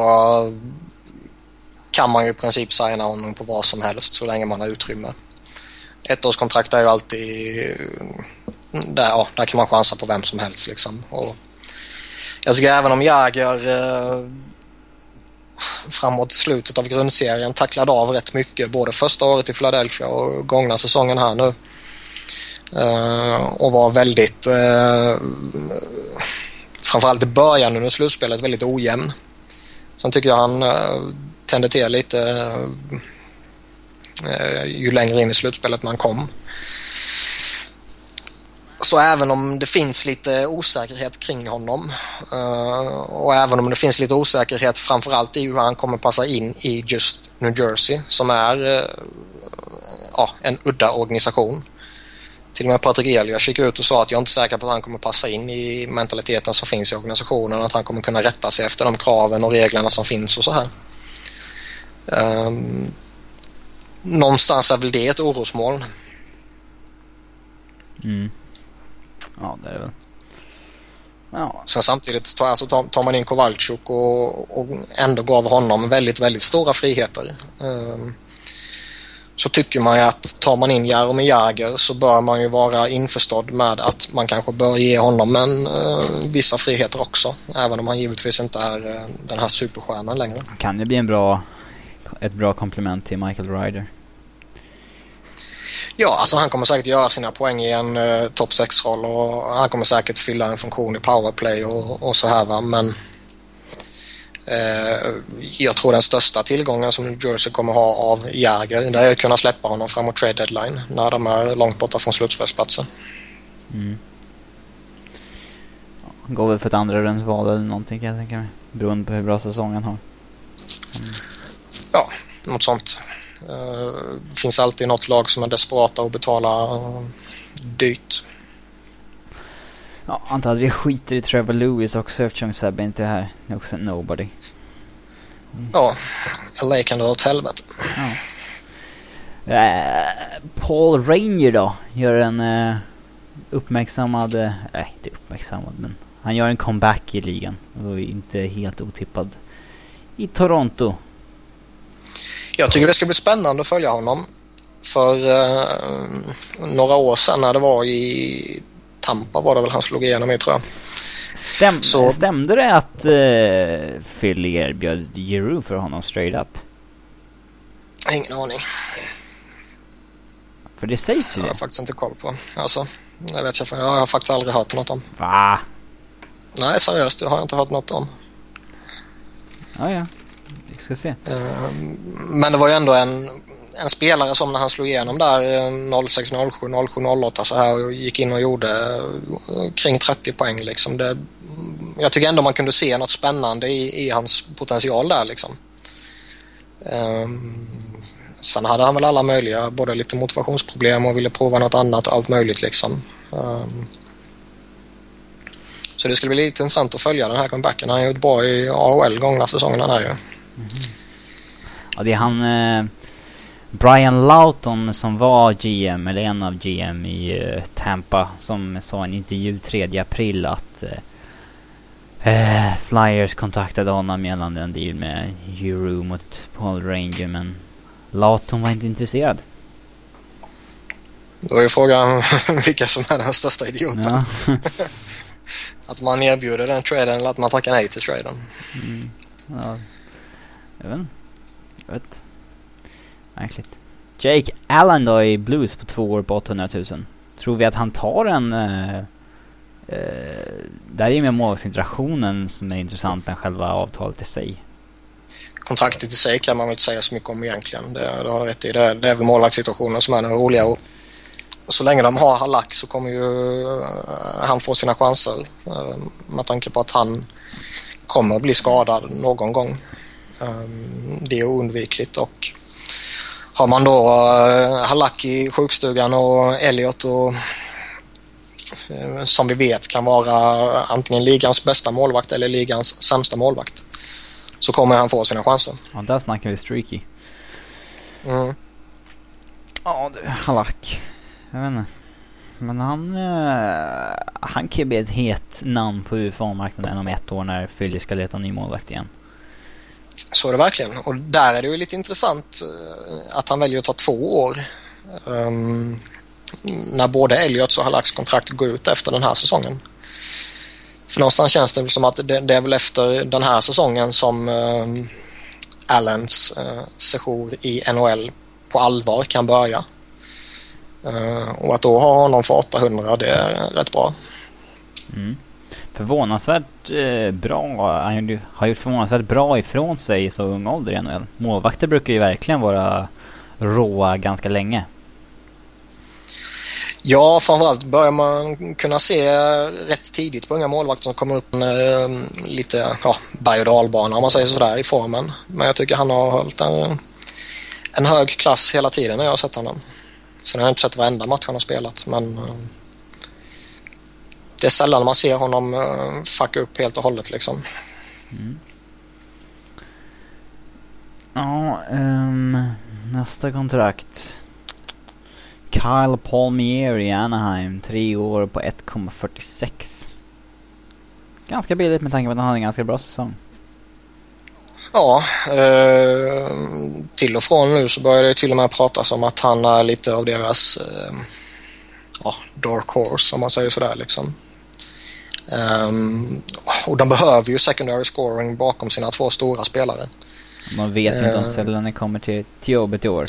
kan man ju i princip signa honom på vad som helst så länge man har utrymme. 1-årskontrakt är ju alltid där kan man chansa på vem som helst liksom. Och jag tycker även om Jagr framåt slutet av grundserien tacklade av rätt mycket både första året i Philadelphia och gångna säsongen här nu, och var väldigt framförallt i början under slutspelet väldigt ojämn. Sen tycker jag han tände till lite ju längre in i slutspelet man kom. Så även om det finns lite osäkerhet kring honom och även om det finns lite osäkerhet framförallt i hur han kommer passa in i just New Jersey som är en udda organisation. Till och med Patrik Elias gick ut och sa att jag inte är säker på att han kommer passa in i mentaliteten som finns i organisationen, att han kommer kunna rätta sig efter de kraven och reglerna som finns och så här. Någonstans är väl det ett orosmoln. Ja, det är väl. Ja. Sen samtidigt tar man in Kowalczyk och ändå gav honom väldigt, väldigt stora friheter. Så tycker man ju att tar man in Jaromir Jagr så bör man ju vara införstådd med att man kanske bör ge honom vissa friheter också. Även om han givetvis inte är den här superstjärnan längre. Kan det bli ett bra komplement till Michael Ryder? Ja, alltså han kommer säkert göra sina poäng i en topp 6-roll och han kommer säkert fylla en funktion i powerplay och så här va. Men jag tror den största tillgången som New Jersey kommer ha av Jagr, det är att kunna släppa honom framåt trade deadline när de är långt borta från slutspelsplatsen. Går väl för ett andra rundsval eller någonting kan jag tänka mig. Beroende på hur bra säsongen har. Ja, något sånt. Det finns alltid något lag som är desperata och betala dyrt. Ja, antar att vi skiter i Trevor Lewis också eftersom Sebbe inte är här. Det är också nobody. Ja, LA kan dra åt helvete. Ja. Paul Ranger då gör en uppmärksammad, inte uppmärksammad men han gör en comeback i ligan och inte helt otippad i Toronto. Jag tycker det ska bli spännande att följa honom. För några år sedan när det var i Tampa var det väl han slog igenom i, tror jag. Stämde det att Philly erbjöd Giroux för honom straight up? Ingen aning. För det sägs ju det. Jag har faktiskt inte koll på. Alltså, jag har faktiskt aldrig hört något om. Va? Nej, seriöst, det har jag inte hört något om. Ja. Vi ska se. Men det var ju ändå en spelare som när han slog igenom där 06, 07, 07, 08 så här och gick in och gjorde kring 30 poäng liksom. Jag tycker ändå man kunde se något spännande i hans potential där liksom. Sen hade han väl alla möjliga, både lite motivationsproblem och ville prova något annat, allt möjligt liksom. Så det skulle bli lite intressant att följa den här comebacken. Han har gjort bra i AHL gångna säsongerna här ju. Ja, det är han Brian Lawton som var GM eller en av GM i Tampa som sa i en intervju 3 april att Flyers kontaktade honom gällande en deal med Giroux mot Paul Ranger, men Lawton var inte intresserad. Då är ju frågan vilka som är den största idioten. Ja. Att man erbjuder den traden eller att man tackar nej till traden. Ja. Jag vet. Märkligt. Jake Allen då i Blues på 2 år på 800 000. Tror vi att han tar en där är med målvaktsinteraktionen som är intressant än själva avtalet i sig. Kontraktet i sig kan man väl inte säga så mycket om egentligen. Det har rätt i. Det är väl målvaktssituationen som är den roliga, och så länge de har Halak så kommer ju han få sina chanser med tanke på att han kommer att bli skadad någon gång. Det är oundvikligt, och har man då Halak i sjukstugan och Elliot och som vi vet kan vara antingen ligans bästa målvakt eller ligans sämsta målvakt, så kommer han få sina chanser. Ja, där snackar vi streaky. Ja, du, Halak. Jag vet inte. Men han kan bli ett het namn på UFA-marknaden om 1 år när Philly ska leta ny målvakt igen. Så är det verkligen. Och där är det ju lite intressant att han väljer att ta 2 år. När både Elliots och Halaks kontrakt går ut efter den här säsongen. För någonstans känns det som att det är väl efter den här säsongen som Allens sejour i NHL på allvar kan börja. Och att då ha honom för 800, det är rätt bra. Förvånansvärt bra. Han har gjort förvånansvärt bra ifrån sig i så ung ålder i NHL. Målvakter brukar ju verkligen vara råa ganska länge. Ja, framförallt börjar man kunna se rätt tidigt på unga målvakter som kommer upp lite berg- och dalbana om man säger sådär i formen. Men jag tycker han har hållit en hög klass hela tiden när jag har sett honom. Sen har jag inte sett varenda match han har spelat, men det är sällan man ser honom fucka upp helt och hållet liksom. Mm. Ja, nästa kontrakt. Kyle Palmieri i Anaheim, 3 år på 1,46. Ganska billigt med tanke på att han hade en ganska bra säsong. Ja, till och från nu så börjar det till och med pratas om att han är lite av deras dark horse om man säger sådär liksom. Och de behöver ju secondary scoring bakom sina 2 stora spelare. Man vet inte om Selänne kommer till jobbet i år.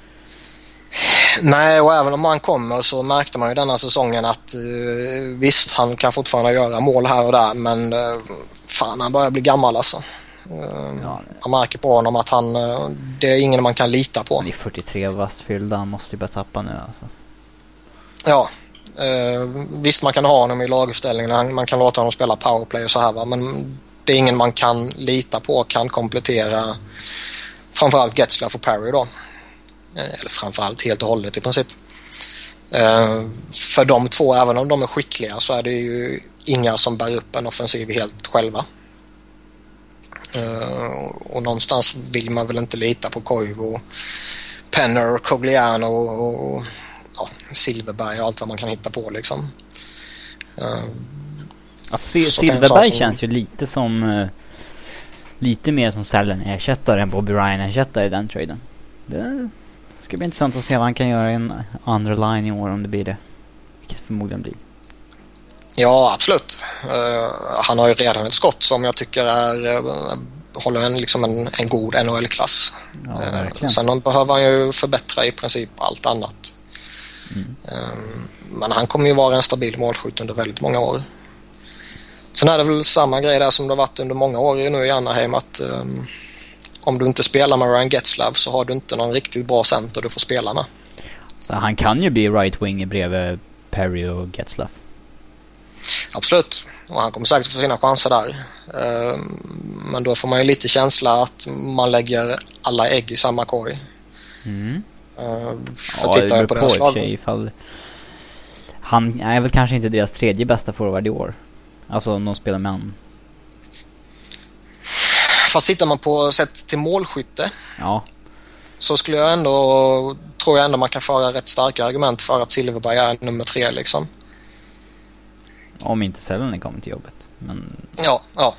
Nej, och även om han kommer så märkte man ju denna säsongen att visst, han kan fortfarande göra mål här och där, men fan, han börjar bli gammal alltså. Man märker på honom att det är ingen man kan lita på. Han är 43 vastfyllda, han måste ju bara tappa nu alltså. Ja, visst man kan ha honom i laguppställningen, man kan låta honom spela powerplay och så här, va? Men det är ingen man kan lita på, kan komplettera framförallt Getzlaf och Perry då. Eller framförallt helt och hållet i princip. För de två, även om de är skickliga, så är det ju inga som bär upp en offensiv helt själva. Och någonstans vill man väl inte lita på Koivu, Penner, Cogliano och Silverberg och allt vad man kan hitta på liksom. Silverberg känns ju lite som lite mer som Selänne ersättare än Bobby Ryan ersättare i den traden. Det ska bli intressant att se vad han kan göra i en andra line i år om det blir det. Vilket förmodligen blir. Ja, absolut. Han har ju redan ett skott som jag tycker håller en god NHL-klass. Ja, sen behöver han ju förbättra i princip allt annat. Men han kommer ju vara en stabil målskytt under väldigt många år. Sen är det väl samma grej där som det har varit under många år nu i Anaheim, att om du inte spelar med Ryan Getzlaf så har du inte någon riktigt bra center du får spela med. Så han kan ju bli right wing bredvid Perry och Getzlaf. Absolut. Och han kommer säkert få sina chanser där. Men då får man ju lite känsla att man lägger alla ägg i samma korg. Tittar jag på deras lag. Han är väl kanske inte deras 3:e bästa forward i år. Alltså om de spelar med han. Fast tittar man på sätt till målskytte, så skulle jag tror jag ändå man kan föra rätt starka argument för att Silverberg är nummer 3 liksom. Om inte Selänne kommer till jobbet. Men Ja,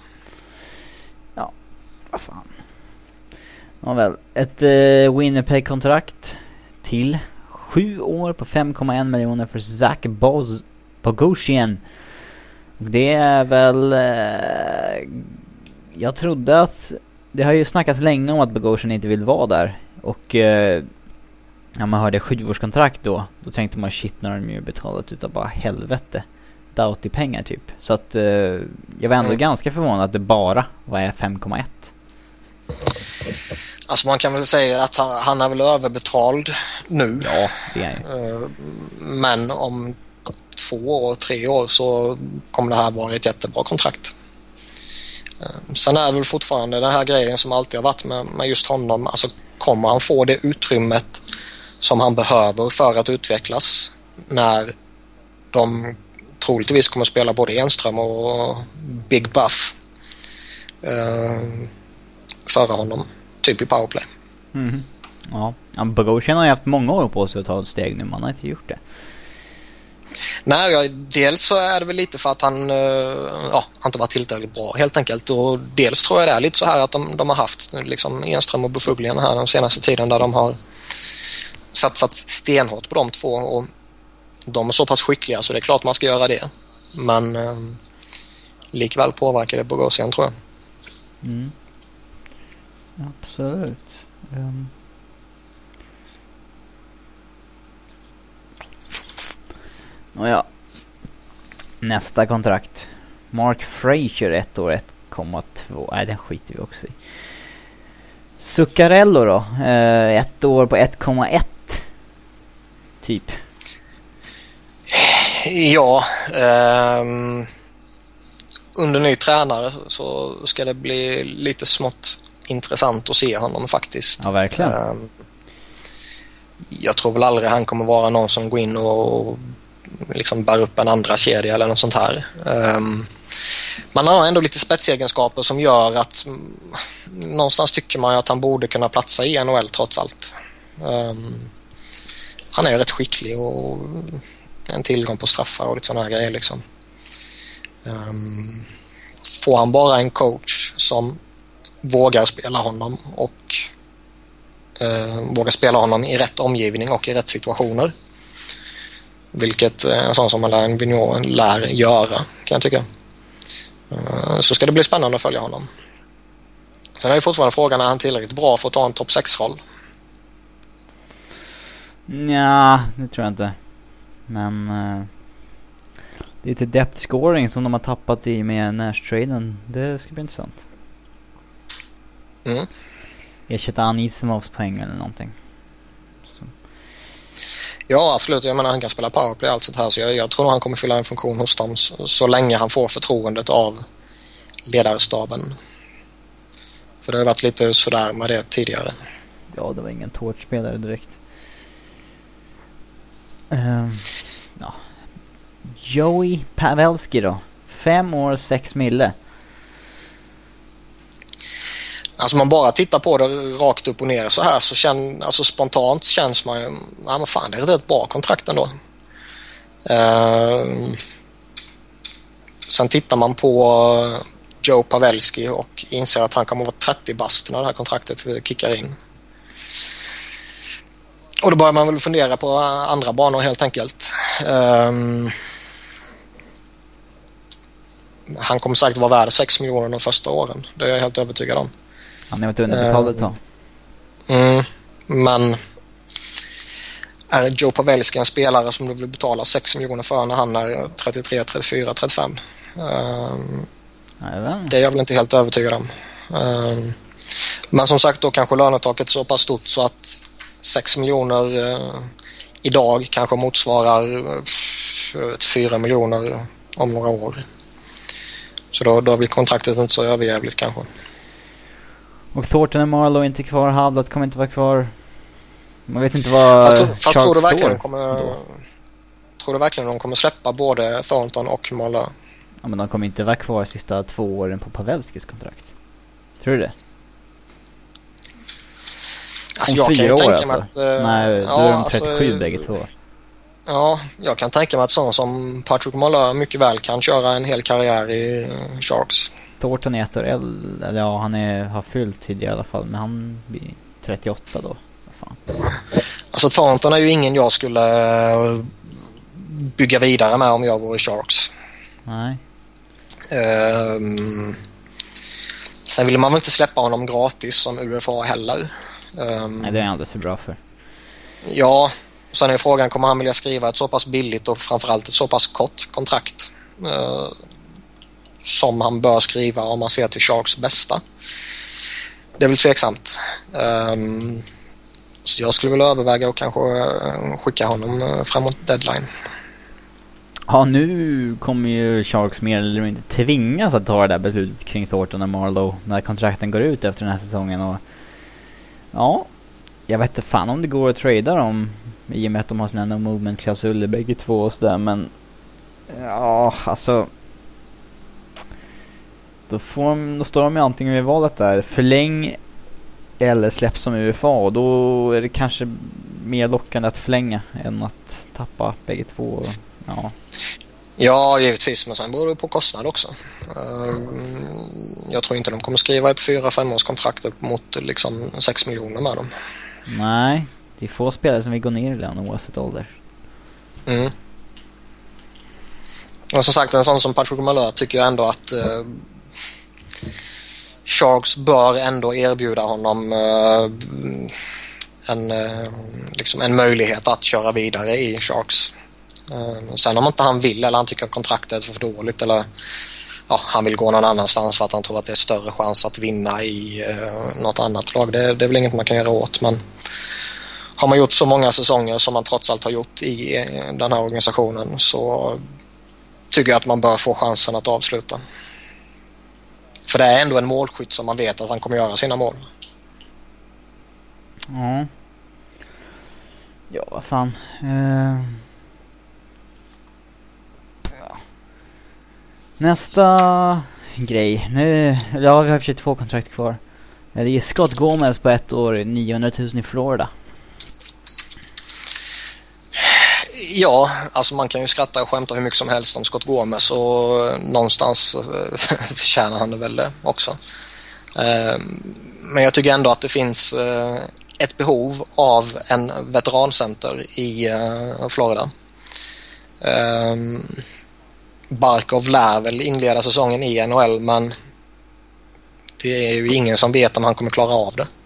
vad fan. Ja väl, ett Winnipeg-kontrakt till 7 år på 5,1 miljoner för Zach Bogosian. Det är väl jag trodde att det har ju snackats länge om att Bogosian inte vill vara där. Och när man hörde 7-årskontrakt då tänkte man shit, när de ju betalat utav bara helvete doubt i pengar typ. Så att jag var ändå ganska förvånad att det bara var 5,1. Alltså man kan väl säga att han är väl överbetald nu. Ja, det är ju. Men om 2 år, 3 år så kommer det här vara ett jättebra kontrakt. Sen är det väl fortfarande den här grejen som alltid har varit med just honom. Alltså kommer han få det utrymmet som han behöver för att utvecklas när de troligtvis kommer spela både Enström och Big Buff före honom, typ i powerplay. Ja, Bogosian har ju haft många år på sig att ta ett steg nu, man har inte gjort det. Nej, dels så är det väl lite för att han inte varit tillräckligt bra helt enkelt, och dels tror jag det är lite så här att de har haft liksom Enström och Bufuglien här den senaste tiden där de har satsat stenhårt på de två, och de är så pass skickliga så det är klart man ska göra det, men likväl påverkar det Bogosian, tror jag. Absolut. Ja. Nästa kontrakt. Mark Frazier 1 år 1,2. Nej, den skiter vi också i. Zuccarello då. 1 år på 1,1. Typ. Ja, under ny tränare så ska det bli lite smått intressant att se honom faktiskt. Ja, verkligen. Jag tror väl aldrig han kommer vara någon som går in och liksom bär upp en andra kedja eller något sånt här. Man har ändå lite spetsegenskaper som gör att någonstans tycker man att han borde kunna platsa i NHL trots allt. Han är rätt skicklig och en tillgång på straffar och lite sådana här grejer liksom. Får han bara en coach som vågar spela honom och vågar spela honom i rätt omgivning och i rätt situationer, vilket en sån som Alain Vigneault lär göra, kan jag tycka, så ska det bli spännande att följa honom. Sen är det fortfarande frågan, är han tillräckligt bra för att ta en topp 6-roll? Ja, det tror jag inte. Men det är lite depth scoring som de har tappat i med Nash-traden. Det ska bli intressant. Ersätta Anisimovs poäng eller någonting. Så. Ja, absolut. Jag menar, han kan spela powerplay och allt sånt här. Så jag tror han kommer fylla en funktion hos dem så länge han får förtroendet av ledarstaben. För det har varit lite sådär med det tidigare. Ja, det var ingen tårtspelare direkt. Ja. Joey Pavelski då. 5 år, 6 mille. Alltså man bara tittar på det rakt upp och ner så här så alltså spontant känns man ju, ja men fan, det är ett bra kontrakt ändå. Sen tittar man på Joe Pavelski och inser att han kommer vara 30 bast när det här kontraktet kickar in. Och då börjar man väl fundera på andra banor helt enkelt. Han kommer säkert vara värd 6 miljoner de första åren. Det är jag helt övertygad om. Han är inte underbetald ett tag. Men är Joe Pavelski en spelare som du vill betala 6 miljoner för när han är 33, 34, 35? Det är jag väl inte helt övertygad om. Men som sagt, då kanske lönetaket är så pass stort så att 6 miljoner idag kanske motsvarar 4 miljoner om några år. Så då blir kontraktet inte så överjävligt kanske. Och Thornton och Marlowe är inte kvar. Havlat kommer inte vara kvar. Man vet inte vad fast tror du verkligen de kommer släppa både Thornton och Marlowe? Ja, men de kommer inte vara kvar sista 2 åren på Pavelskis kontrakt. Tror du det? Alltså jag kan ju tänka mig att... Nej, då är de 37 bägge två. Ja, jag kan tänka mig att sån som Patrick Marleau mycket väl kan köra en hel karriär i Sharks. Thornton är 1 år äldre, eller ja, han har fyllt tidigare i alla fall, men han blir 38 då. Fan. Alltså Thornton är ju ingen jag skulle bygga vidare med om jag vore Sharks. Nej. Sen vill man väl inte släppa honom gratis som UFA heller. Nej, det är alldeles för bra för. Ja, sen är frågan, kommer han vilja skriva ett så pass billigt och framförallt ett så pass kort kontrakt som han bör skriva om man ser till Sharks bästa? Det är väl tveksamt. Så jag skulle vilja överväga och kanske skicka honom framåt deadline. Ja, nu kommer ju Sharks mer eller mindre tvingas att ta det där beslutet kring Thornton och Marlowe när kontrakten går ut efter den här säsongen. Och ja, jag vet inte fan om det går att trada dem i och med att de har sina no movement-klausuler bägge två och sådär, men ja, alltså då står de ju antingen vid valet där, förläng eller släpp som UFA, och då är det kanske mer lockande att förlänga än att tappa bägge två. Ja, givetvis, men sen beror det på kostnad också. Jag tror inte de kommer skriva ett 4-5 års kontrakt upp mot liksom 6 miljoner med dem. Nej, det är få spelare som vill gå ner i lön oavsett ålder. Och som sagt, en sån som Patrick Marleau tycker jag ändå att Sharks bör ändå erbjuda honom en möjlighet att köra vidare i Sharks. Sen om inte han vill eller han tycker att kontraktet är för dåligt eller han vill gå någon annanstans för att han tror att det är större chans att vinna i något annat lag, det är väl inget man kan göra åt, men har man gjort så många säsonger som man trots allt har gjort i den här organisationen, så tycker jag att man bör få chansen att avsluta. För det är ändå en målskytt som man vet att han kommer göra sina mål. Ja. Ja, vad fan. Ja. Nästa grej. Nu, ja, vi har 22 kontrakt kvar. Det är Scott Gomez på 1 år, 900 000 i Florida. Ja, alltså man kan ju skratta och skämta hur mycket som helst om Scott Gomez, och någonstans förtjänar han det väl det också. Men jag tycker ändå att det finns ett behov av en veterancenter i Florida. Barkov lär väl inleda säsongen i NHL, men det är ju ingen som vet om han kommer klara av det.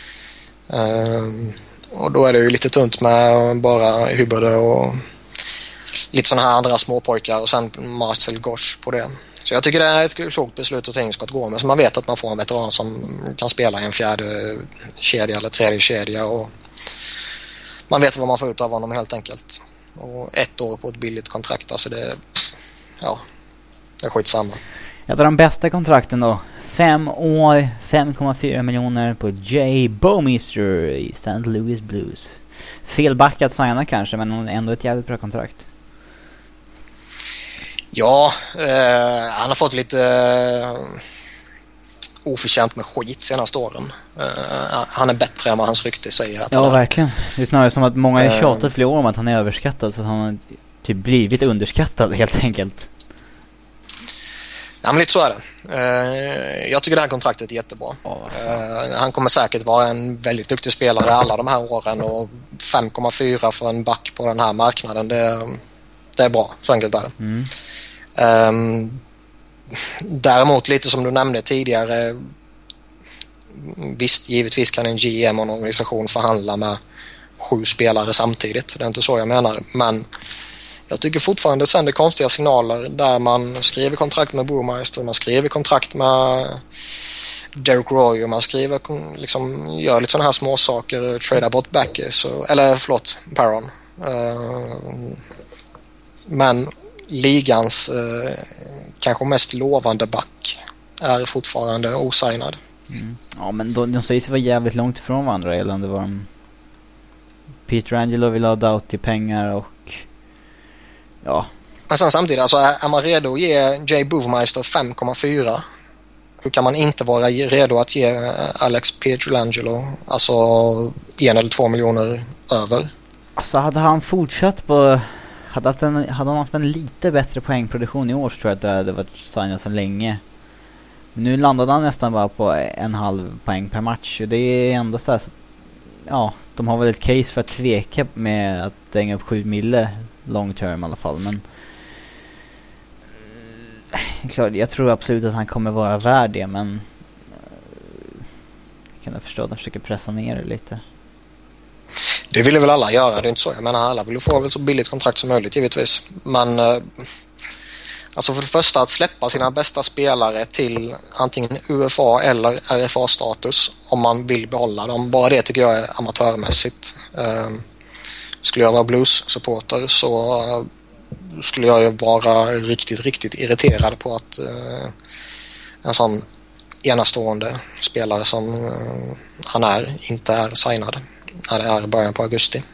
Och då är det ju lite tunt med bara Hubbard och lite sådana här andra småpojkar och sen Marcel Gosch på det. Så jag tycker det är ett klokt beslut att ta in Scott Gomez. Så man vet att man får en veteran som kan spela i en fjärde kedja eller tredje kedja, och man vet vad man får ut av honom helt enkelt. Och 1 år på ett billigt kontrakt, alltså det är skitsamma. Ett av de bästa kontrakten då. 5 år, 5,4 miljoner på Jay Bouwmeester i St. Louis Blues. Fel back att signa kanske, men ändå ett jävligt bra kontrakt. Ja, han har fått lite oförtjänt med skit senaste åren. Han är bättre än vad hans rykte säger. Att ja, verkligen. Det är snarare som att många är tjatat flera år om att han är överskattad, så att han har typ blivit underskattad helt enkelt. Ja, men lite så är det. Jag tycker det här kontraktet är jättebra. Han kommer säkert vara en väldigt duktig spelare alla de här åren, och 5,4 för en back på den här marknaden, det är bra. Så enkelt är det. Däremot, lite som du nämnde tidigare, visst, givetvis kan en GM och en organisation förhandla med 7 spelare samtidigt. Det är inte så jag menar, men jag tycker fortfarande sänder konstiga signaler där man skriver kontrakt med Bouwmeester, man skriver kontrakt med Derek Roy, och man skriver liksom, gör lite sådana här små saker, trade bort Backes, Perron. Men ligans kanske mest lovande back är fortfarande osignad. Ja, men de säger sig vara jävligt långt ifrån varandra, eller om det var Peter Angelo vill ha Doughty pengar, och ja. Men sen samtidigt, alltså, är man redo att ge Jay Bouwmeester 5,4, hur kan man inte vara redo att ge Alex Pietrangelo alltså 1 eller 2 miljoner över? Alltså hade han fortsatt på, hade han haft en lite bättre poängproduktion i år, så tror jag att det hade varit signat sedan länge. Nu landade han nästan bara på 1,5 poäng per match, och det är ändå så här, ja, de har väl ett case för att tveka med att dänga upp 7 mille long term i alla fall, men klart, jag tror absolut att han kommer vara värd det, men kan jag förstå att de försöker pressa ner det lite. Det vill väl alla göra, det är inte så. Jag menar, alla vill få väl så billigt kontrakt som möjligt givetvis, men alltså för det första att släppa sina bästa spelare till antingen UFA eller RFA-status om man vill behålla dem, bara det tycker jag är amatörmässigt. Skulle jag vara Blues-supporter så skulle jag ju vara riktigt irriterad på att en sån enastående spelare som han är inte är signad när det är början på augusti.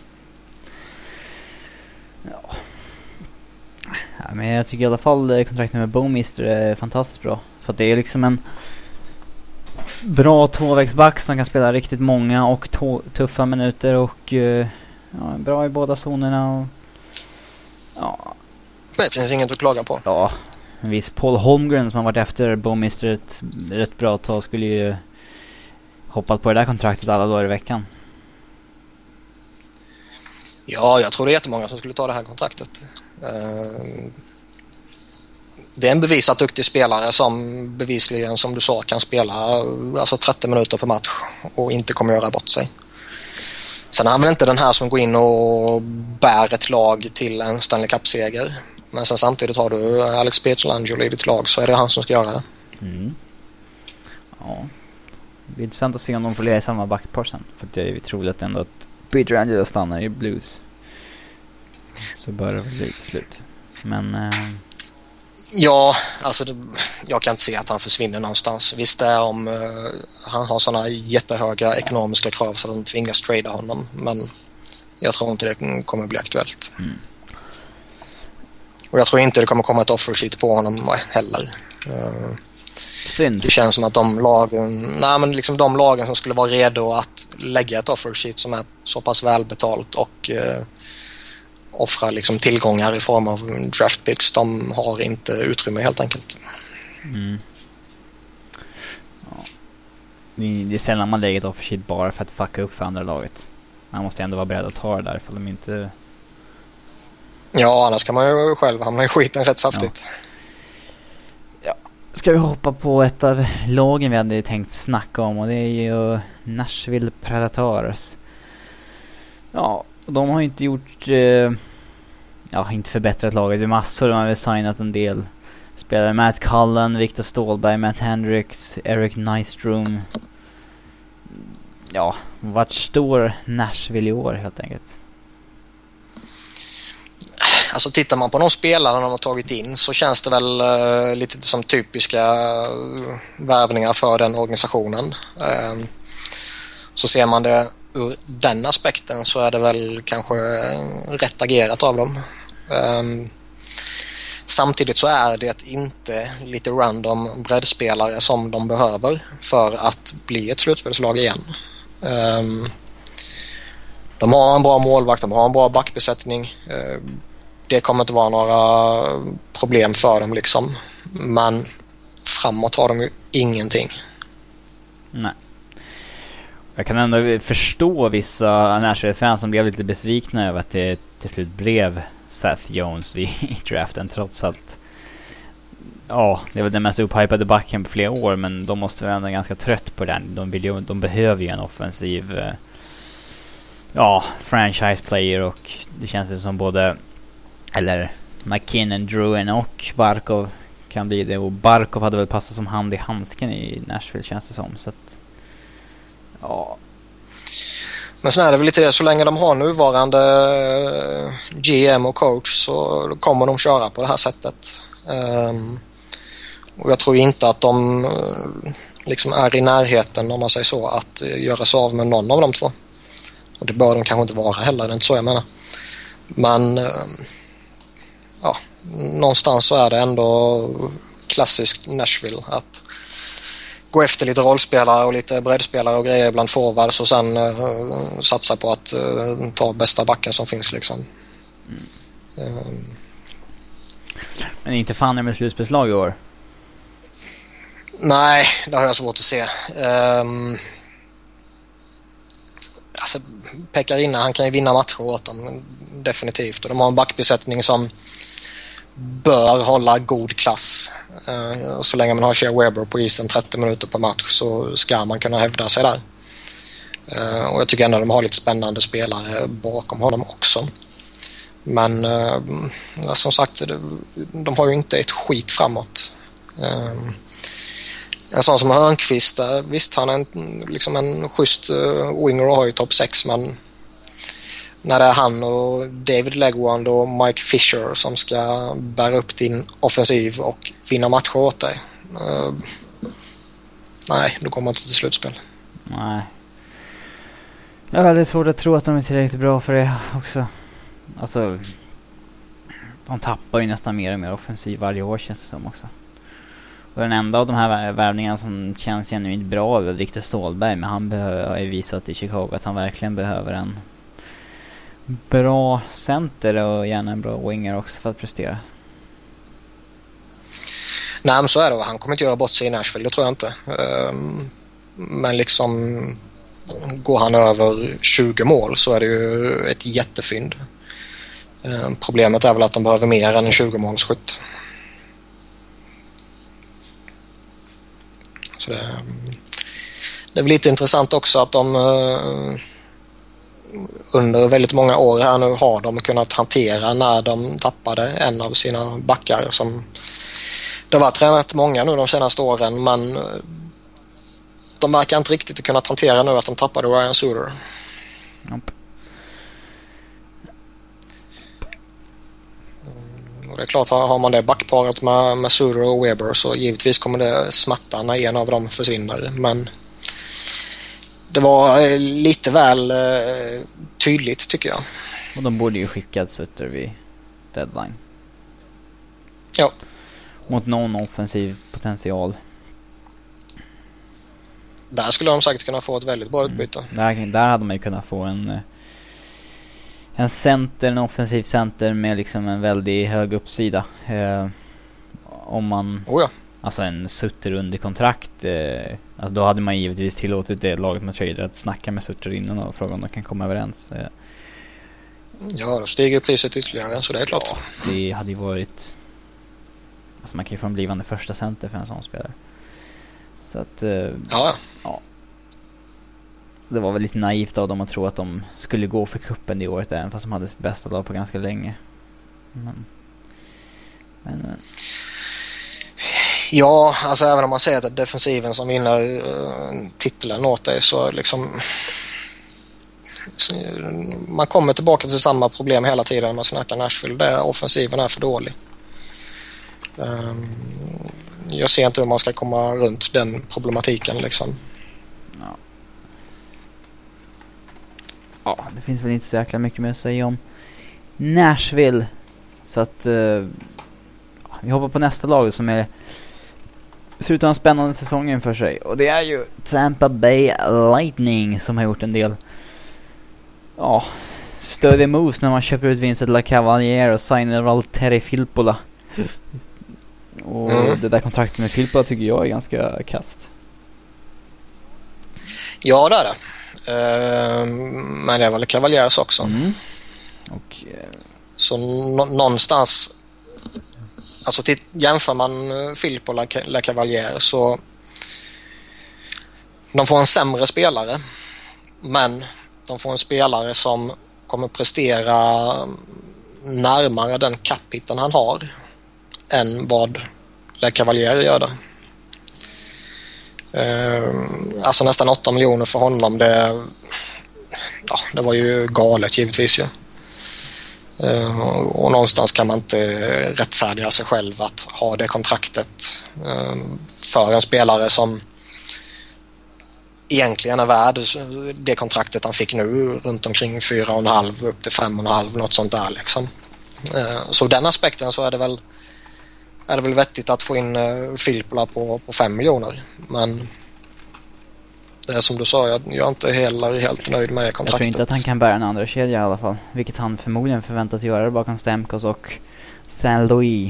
Ja, men jag tycker i alla fall kontraktet med Bouwmeester är fantastiskt bra, för att det är liksom en bra tvåvägsback som kan spela riktigt många och tuffa minuter, och ja, bra i båda zonerna, och ja, det finns inget att klaga på. Ja, en viss Paul Holmgren som har varit efter Bouwmeester ett rätt bra tag skulle ju hoppat på det där kontraktet alla dagar i veckan. Ja, jag tror det är jättemånga som skulle ta det här kontraktet. Det är en bevisat duktig spelare som bevisligen, som du sa, kan spela alltså 30 minuter per match och inte kommer göra bort sig. Sen är han väl inte den här som går in och bär ett lag till en Stanley Cup-seger. Men sen samtidigt har du Alex Pietrangelo i ditt lag, så är det han som ska göra det. Ja, det blir intressant att se om de får leva i samma backpar sen. För det är troligt ändå att Pietrangelo stannar i Blues. Så bör det bli slut. Men... Ja, alltså jag kan inte se att han försvinner någonstans. Visst är om han har sådana jättehöga ekonomiska krav så att de tvingas trada honom. Men jag tror inte det kommer bli aktuellt. Och jag tror inte det kommer komma ett offer sheet på honom heller. Synd. Det känns som att de lagen som skulle vara redo att lägga ett offer sheet som är så pass välbetalt och offra liksom tillgångar i form av draft picks, de har inte utrymme helt enkelt. Ja. Det är sällan man lägger ett offer sheet bara för att fucka upp för andra laget. Man måste ändå vara beredd att ta det där för de inte... Ja, annars kan man ju själv hamna i skiten rätt saftigt. Ja. Ska vi hoppa på ett av lagen vi hade tänkt snacka om, och det är ju Nashville Predators. Ja, de har ju inte gjort inte förbättrat laget i massor. De har väl signat en del spelare. Matt Cullen, Victor Ståhlberg, Matt Hendricks, Eric Nystrom. Ja, vart står Nashville i år helt enkelt? Alltså tittar man på de spelarna de har tagit in så känns det väl lite som typiska värvningar för den organisationen. Så ser man det ur den aspekten så är det väl kanske rätt agerat av dem. Samtidigt så är det inte lite random breddspelare som de behöver för att bli ett slutspelslag igen. De har en bra målvakt, de har en bra backbesättning. Det kommer inte vara några problem för dem liksom. Men framåt har de ju ingenting. Nej. Jag kan ändå förstå vissa Nashville-fans som blev lite besvikna över att det till slut blev Seth Jones i draften, trots att det var den mest upphypade backen på flera år, men de måste vara ändå ganska trött på den. De behöver ju en offensiv franchise player, och det känns som både McKinnon, Drouin och Barkov kan bli det, och Barkov hade väl passat som hand i handsken i Nashville, känns det som, så att Men sen är det väl lite det, så länge de har nuvarande GM och coach så kommer de köra på det här sättet. Och jag tror inte att de liksom är i närheten, om man säger så, att göra sig av med någon av de två. Och det bör de kanske inte vara heller, det är inte så jag menar. Men någonstans så är det ändå klassiskt Nashville att gå efter lite rollspelare och lite breddspelare och grejer bland forwards och sen satsa på att ta bästa backen som finns liksom. Men inte fan är med slutspelslag i år. Nej, det har jag svårt att se. Alltså Pekkarina, han kan ju vinna matcher åt dem definitivt, och de har en backbesättning som bör hålla god klass. Så länge man har Shea Weber på isen 30 minuter per match så ska man kunna hävda sig där. Och jag tycker ändå att de har lite spännande spelare bakom honom också. Men som sagt, de har ju inte ett skit framåt. En sån som Hörnqvist, visst han är en schysst winger och har ju topp 6, men när det är han och David Legwand och Mike Fisher som ska bära upp din offensiv och vinna matcher åt dig. Nej, då kommer man inte till slutspel. Nej. Jag har väldigt svårt att tro att de är tillräckligt bra för det också. Alltså, de tappar ju nästan mer och mer offensiv varje år, känns det som också. Och den enda av de här värvningarna som känns genuint bra är Victor Ståhlberg, men han har ju visat i Chicago att han verkligen behöver en bra center och gärna en bra winger också för att prestera. Nej, men så är det. Han kommer inte göra bort sig i Nashville, det tror jag inte. Men liksom går han över 20 mål så är det ju ett jättefynd. Problemet är väl att de behöver mer än en 20-målsskytt. Så det är väl lite intressant också att de under väldigt många år här nu har de kunnat hantera när de tappade en av sina backar. Som det har varit rätt många nu de senaste åren, men de verkar inte riktigt kunna hantera nu att de tappade Ryan Suter. Nope. Och det är klart, har man det backparet med Suter och Weber så givetvis kommer det smärta när en av dem försvinner. Men det var lite väl tydligt tycker jag. Och de borde ju skickat Suter vid deadline. Ja. Mot någon offensiv potential. Där skulle de säkert kunna få ett väldigt bra utbyte. Där hade man ju kunnat få en center, en offensiv center med liksom en väldigt hög uppsida. Om man... Oh ja. Alltså en Sutter under kontrakt. Alltså då hade man givetvis tillåtit det laget med trader att snacka med Sutter innan och fråga om de kan komma överens. Ja, då stiger priset ytterligare, så det är klart. Ja, det hade ju varit... Alltså man kan ju få en blivande första center för en sån spelare. Så att... ja. Det var väl lite naivt av dem att tro att de skulle gå för kuppen det året även fast de hade sitt bästa lag på ganska länge. Men... Ja, alltså även om man säger att det är defensiven som vinner titeln åt dig så liksom... Man kommer tillbaka till samma problem hela tiden när man snackar Nashville. Det offensiven är för dålig. Jag ser inte hur man ska komma runt den problematiken liksom. Ja, det finns väl inte så jäkla mycket mer att säga om Nashville. Så att vi hoppar på nästa lag som är ser ut att ha en spännande säsongen för sig. Och det är ju Tampa Bay Lightning som har gjort en del större moves när man köper ut Vincent LaCavaliere och signar Valtteri Filppula. Och det där kontraktet med Filppula tycker jag är ganska kast. Ja, det är det. Men det är väl Cavaliers också. Och, så någonstans alltså jämför man Filpp och La Cavalier så de får en sämre spelare, men de får en spelare som kommer prestera närmare den cap-hitten han har än vad La Cavalier gör det. Alltså nästan 8 miljoner för honom, det var ju galet givetvis ju. Och någonstans kan man inte rättfärdiga sig själv att ha det kontraktet för en spelare som egentligen är värd det kontraktet han fick nu, runt omkring 4,5 upp till 5,5, något sånt där liksom. Så den aspekten så är det väl vettigt att få in Filppula på 5 miljoner, men det är som du sa, jag är inte heller helt nöjd med det kontraktet. Jag tror inte att han kan bära en andra kedja i alla fall, vilket han förmodligen förväntas göra bakom Stamkos och Saint Louis.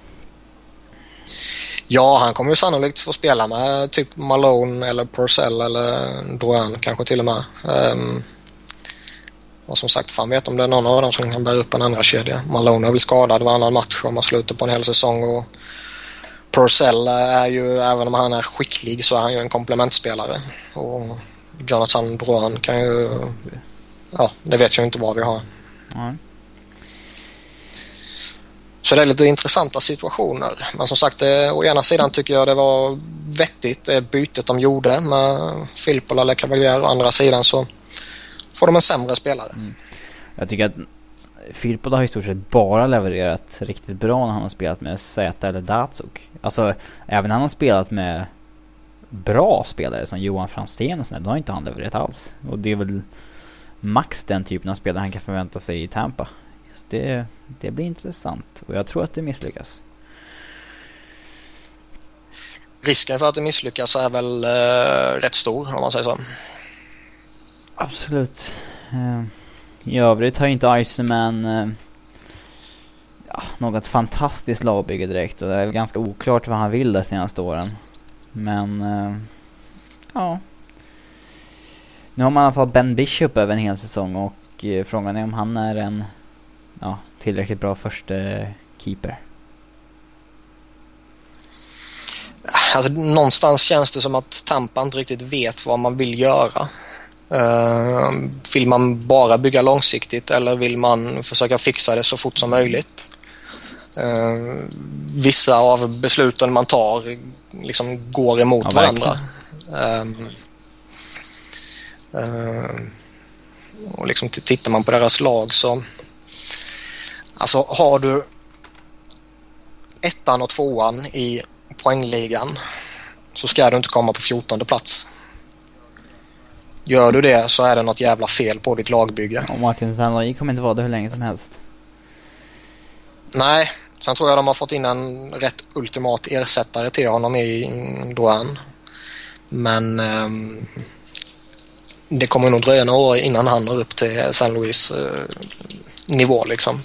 Ja, han kommer ju sannolikt få spela med typ Malone eller Purcell eller Drouin kanske till och med. Och som sagt, fan vet om det är någon av dem som kan bära upp en andra kedja. Malone är väl skadad varannan match om man slutar på en hel säsong, och Purcell är ju, även om han är skicklig så är han ju en komplementspelare. Och Jonathan Drouin kan ju... Ja, det vet jag inte vad vi har. Så det är lite intressanta situationer. Men som sagt, å ena sidan tycker jag det var vettigt det bytet de gjorde med Filppula eller Cavalier. Å andra sidan så får de en sämre spelare. Jag tycker att Filppula har i stort sett bara levererat riktigt bra när han har spelat med Zäta eller Datsuk. Alltså, även när han har spelat med bra spelare som Johan Franzén och sådär, då har inte han levererat alls. Och det är väl max den typen av spelare han kan förvänta sig i Tampa. Det blir intressant, och jag tror att det misslyckas. Risken för att det misslyckas är väl rätt stor, om man säger så. Absolut. I övrigt har inte Iceman något fantastiskt lagbygge direkt, och det är ganska oklart vad han vill de senaste åren. Men nu har man i alla fall Ben Bishop över en hel säsong, och frågan är om han är en tillräckligt bra första keeper. Alltså, någonstans känns det som att Tampa inte riktigt vet vad man vill göra. Vill man bara bygga långsiktigt, eller vill man försöka fixa det så fort som möjligt? Vissa av besluten man tar liksom går emot varandra. Och liksom tittar man på deras lag så alltså har du ettan och tvåan i poängligan så ska du inte komma på 14:e plats. Gör du det så är det något jävla fel på ditt lagbygge. Och Martin Saint-Louis kommer inte vara det hur länge som helst. Nej, sen tror jag de har fått in en rätt ultimat ersättare till honom i Drouin. Men det kommer nog dröja några år innan han når upp till Saint-Louis nivå liksom.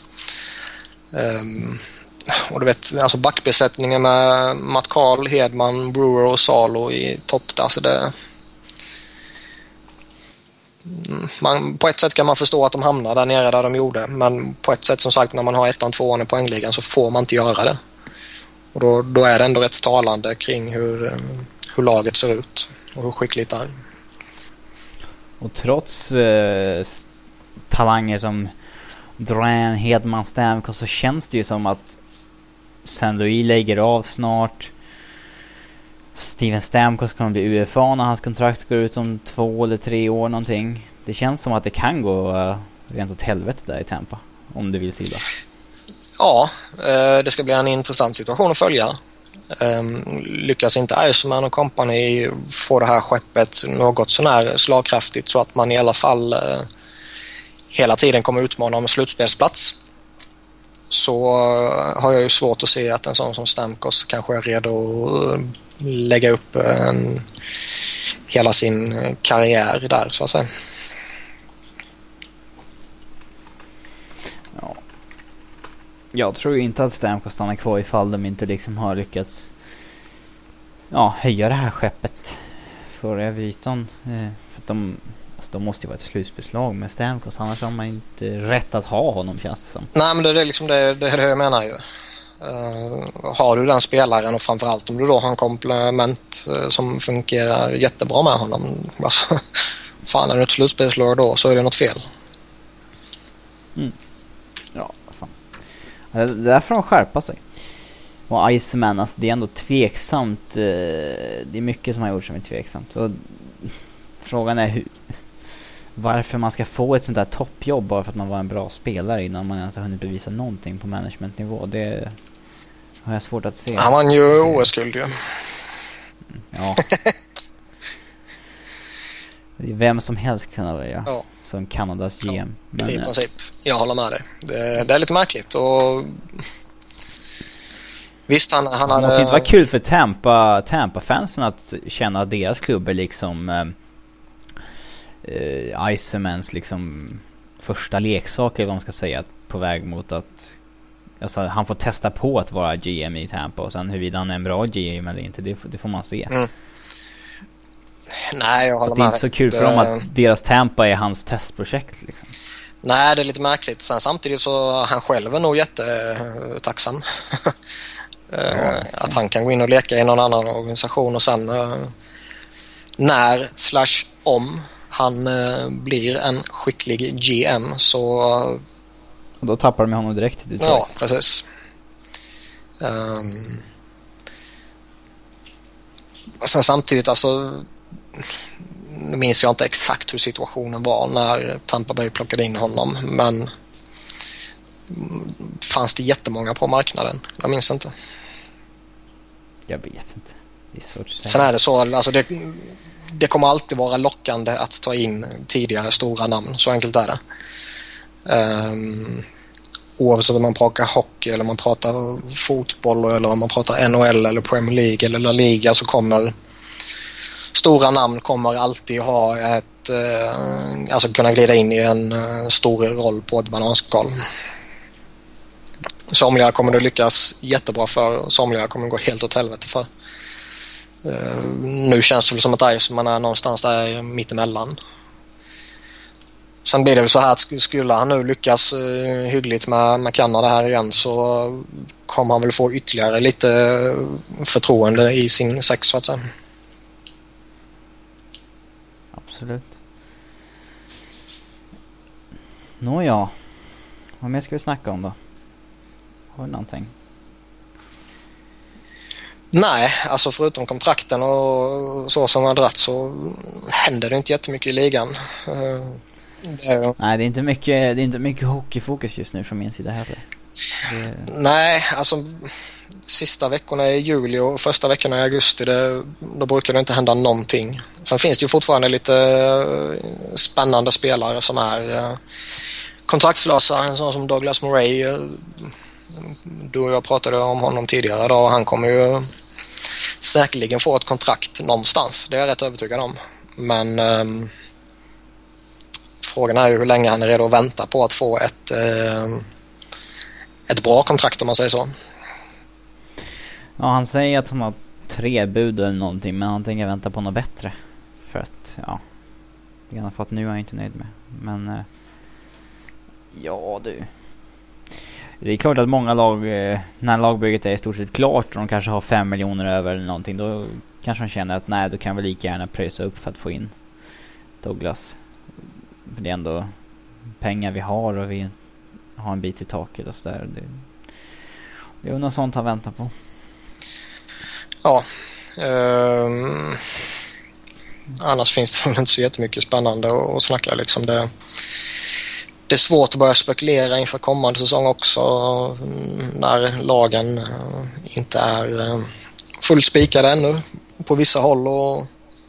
Och du vet, alltså backbesättningen med Matt Carl, Hedman, Brewer och Salo i topp där, så det på ett sätt kan man förstå att de hamnar där nere där de gjorde, men på ett sätt som sagt, när man har 1-2 i poängligan så får man inte göra det. Och då är det ändå rätt talande kring hur laget ser ut och hur skickligt det är. Och trots talanger som Drouin, Hedman, Stamkos, så känns det ju som att Saint-Louis lägger av snart. Steven Stamkos kommer bli UFA när hans kontrakt går ut om 2 eller 3 år någonting. Det känns som att det kan gå rent åt helvete där i Tampa, om du vill sida. Ja, det ska bli en intressant situation att följa. Lyckas inte Iceman och company få det här skeppet något sånär slagkraftigt så att man i alla fall hela tiden kommer utmana om en slutspelsplats, så har jag ju svårt att se att en sån som Stamkos kanske är redo att lägga upp hela sin karriär där, så att säga. Ja. Jag tror inte att Stamkos stannar kvar ifall de inte liksom har lyckats höja det här skeppet för Everton. För att de måste ju vara ett slutspelslag med Stamkos, annars har man inte rätt att ha honom, känns det som. Nej, men det är liksom det jag menar ju. Har du den spelaren, och framförallt om du då har en komplement som fungerar jättebra med honom, alltså, fan, är det ett slutspelslag då så är det något fel. Ja, fan. Det där får de skärpa sig. Och Iceman, alltså det är ändå tveksamt. Det är mycket som har gjort som är tveksamt. Och frågan är varför man ska få ett sånt där toppjobb bara för att man var en bra spelare innan man ens har hunnit bevisa någonting på managementnivå. Det har jag svårt att se. Han var ju oskuld ju. Ja. Det är vem som helst kan välja. Ja. Som Kanadas GM. Men, i princip. Jag håller med dig. Det är lite märkligt. Och visst, han hade... Det måste inte vara kul för Tampa-fansen att känna att deras klubb är liksom Icemans liksom första leksak, eller vad man ska säga, på väg mot att, alltså, han får testa på att vara GM i Tampa, och sen huruvida han är en bra GM eller inte, det får man se. Nej, jag håller med. Det är inte så kul för dem att deras Tampa är hans testprojekt liksom. Nej, det är lite märkligt. Sen samtidigt så han själv är nog jättetacksam att han kan gå in och leka i någon annan organisation, och sen om han blir en skicklig GM så... Och då tappar de med honom direkt. Ja, precis. Sen samtidigt, alltså, nu minns jag inte exakt hur situationen var när Tampa Bay plockade in honom, men fanns det jättemånga på marknaden? Jag minns inte. Jag vet inte. Det är svårt att säga. Sen är det så, alltså det kommer alltid vara lockande att ta in tidigare stora namn. Så enkelt är det. Oavsett om man pratar hockey eller man pratar fotboll, eller om man pratar NHL eller Premier League eller La Liga, så kommer stora namn alltid ha alltså kunna glida in i en stor roll på ett bananskal. Somliga kommer det lyckas jättebra för, och somliga kommer det gå helt åt helvete för. Nu känns det som att man är någonstans där mittemellan. Sen blir det väl så här att skulle han nu lyckas hyggligt med Kanada här igen, så kommer han väl få ytterligare lite förtroende i sin sex, så att säga. Absolut. Nåja. Vad mer ska vi snacka om då? Har du någonting? Nej, alltså förutom kontrakten och så som har dratt, så händer det inte jättemycket i ligan. Nej, det är inte mycket hockeyfokus just nu från min sida heller. Nej, alltså sista veckorna i juli och första veckorna i augusti då brukar det inte hända någonting. Sen finns det ju fortfarande lite spännande spelare som är kontraktslösa. En sån som Douglas Murray. Du och jag pratade om honom tidigare idag och han kommer ju säkerligen få ett kontrakt någonstans. Det är jag rätt övertygad om. Men frågan är ju hur länge han är redo att vänta på att få ett bra kontrakt, om man säger så. Ja, han säger att han har 3 bud eller någonting, men han tänker vänta på något bättre. För att, ja, det han har fått nu är jag inte nöjd med. Men, ja du. Det är klart att många lag, när lagbygget är i stort sett klart och de kanske har 5 miljoner över eller någonting, då kanske de känner att nej, då kan vi lika gärna pröjsa upp för att få in Douglas. För det är ändå pengar vi har och vi har en bit i taket och sådär. Det är något sånt han väntar på. Ja. Annars finns det väl inte så jättemycket spännande att snacka liksom. Det är svårt att börja spekulera inför kommande säsong också när lagen inte är fullt spikade ännu på vissa håll, och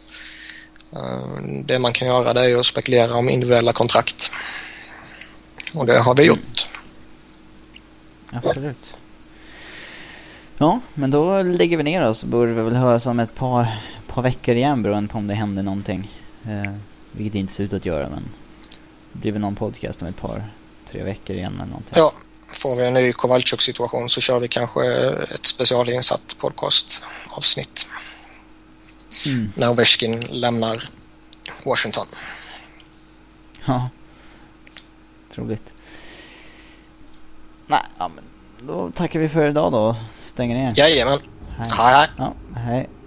det man kan göra det är att spekulera om individuella kontrakt, och det har vi gjort. Absolut. Ja, men då lägger vi ner oss. Borde vi väl höras om ett par veckor igen, beroende på om det händer någonting. Vilket inte ser ut att göra, men det blir väl någon podcast om ett 3 veckor igen eller någonting. Ja, får vi en ny Kowalczyk-situation så kör vi kanske ett specialinsatt podcast-avsnitt. När Ovechkin lämnar Washington. Ja, troligt. Nej, ja, men då tackar vi för idag då. Stänger ner. Jajamän. Hej. Ja, hej.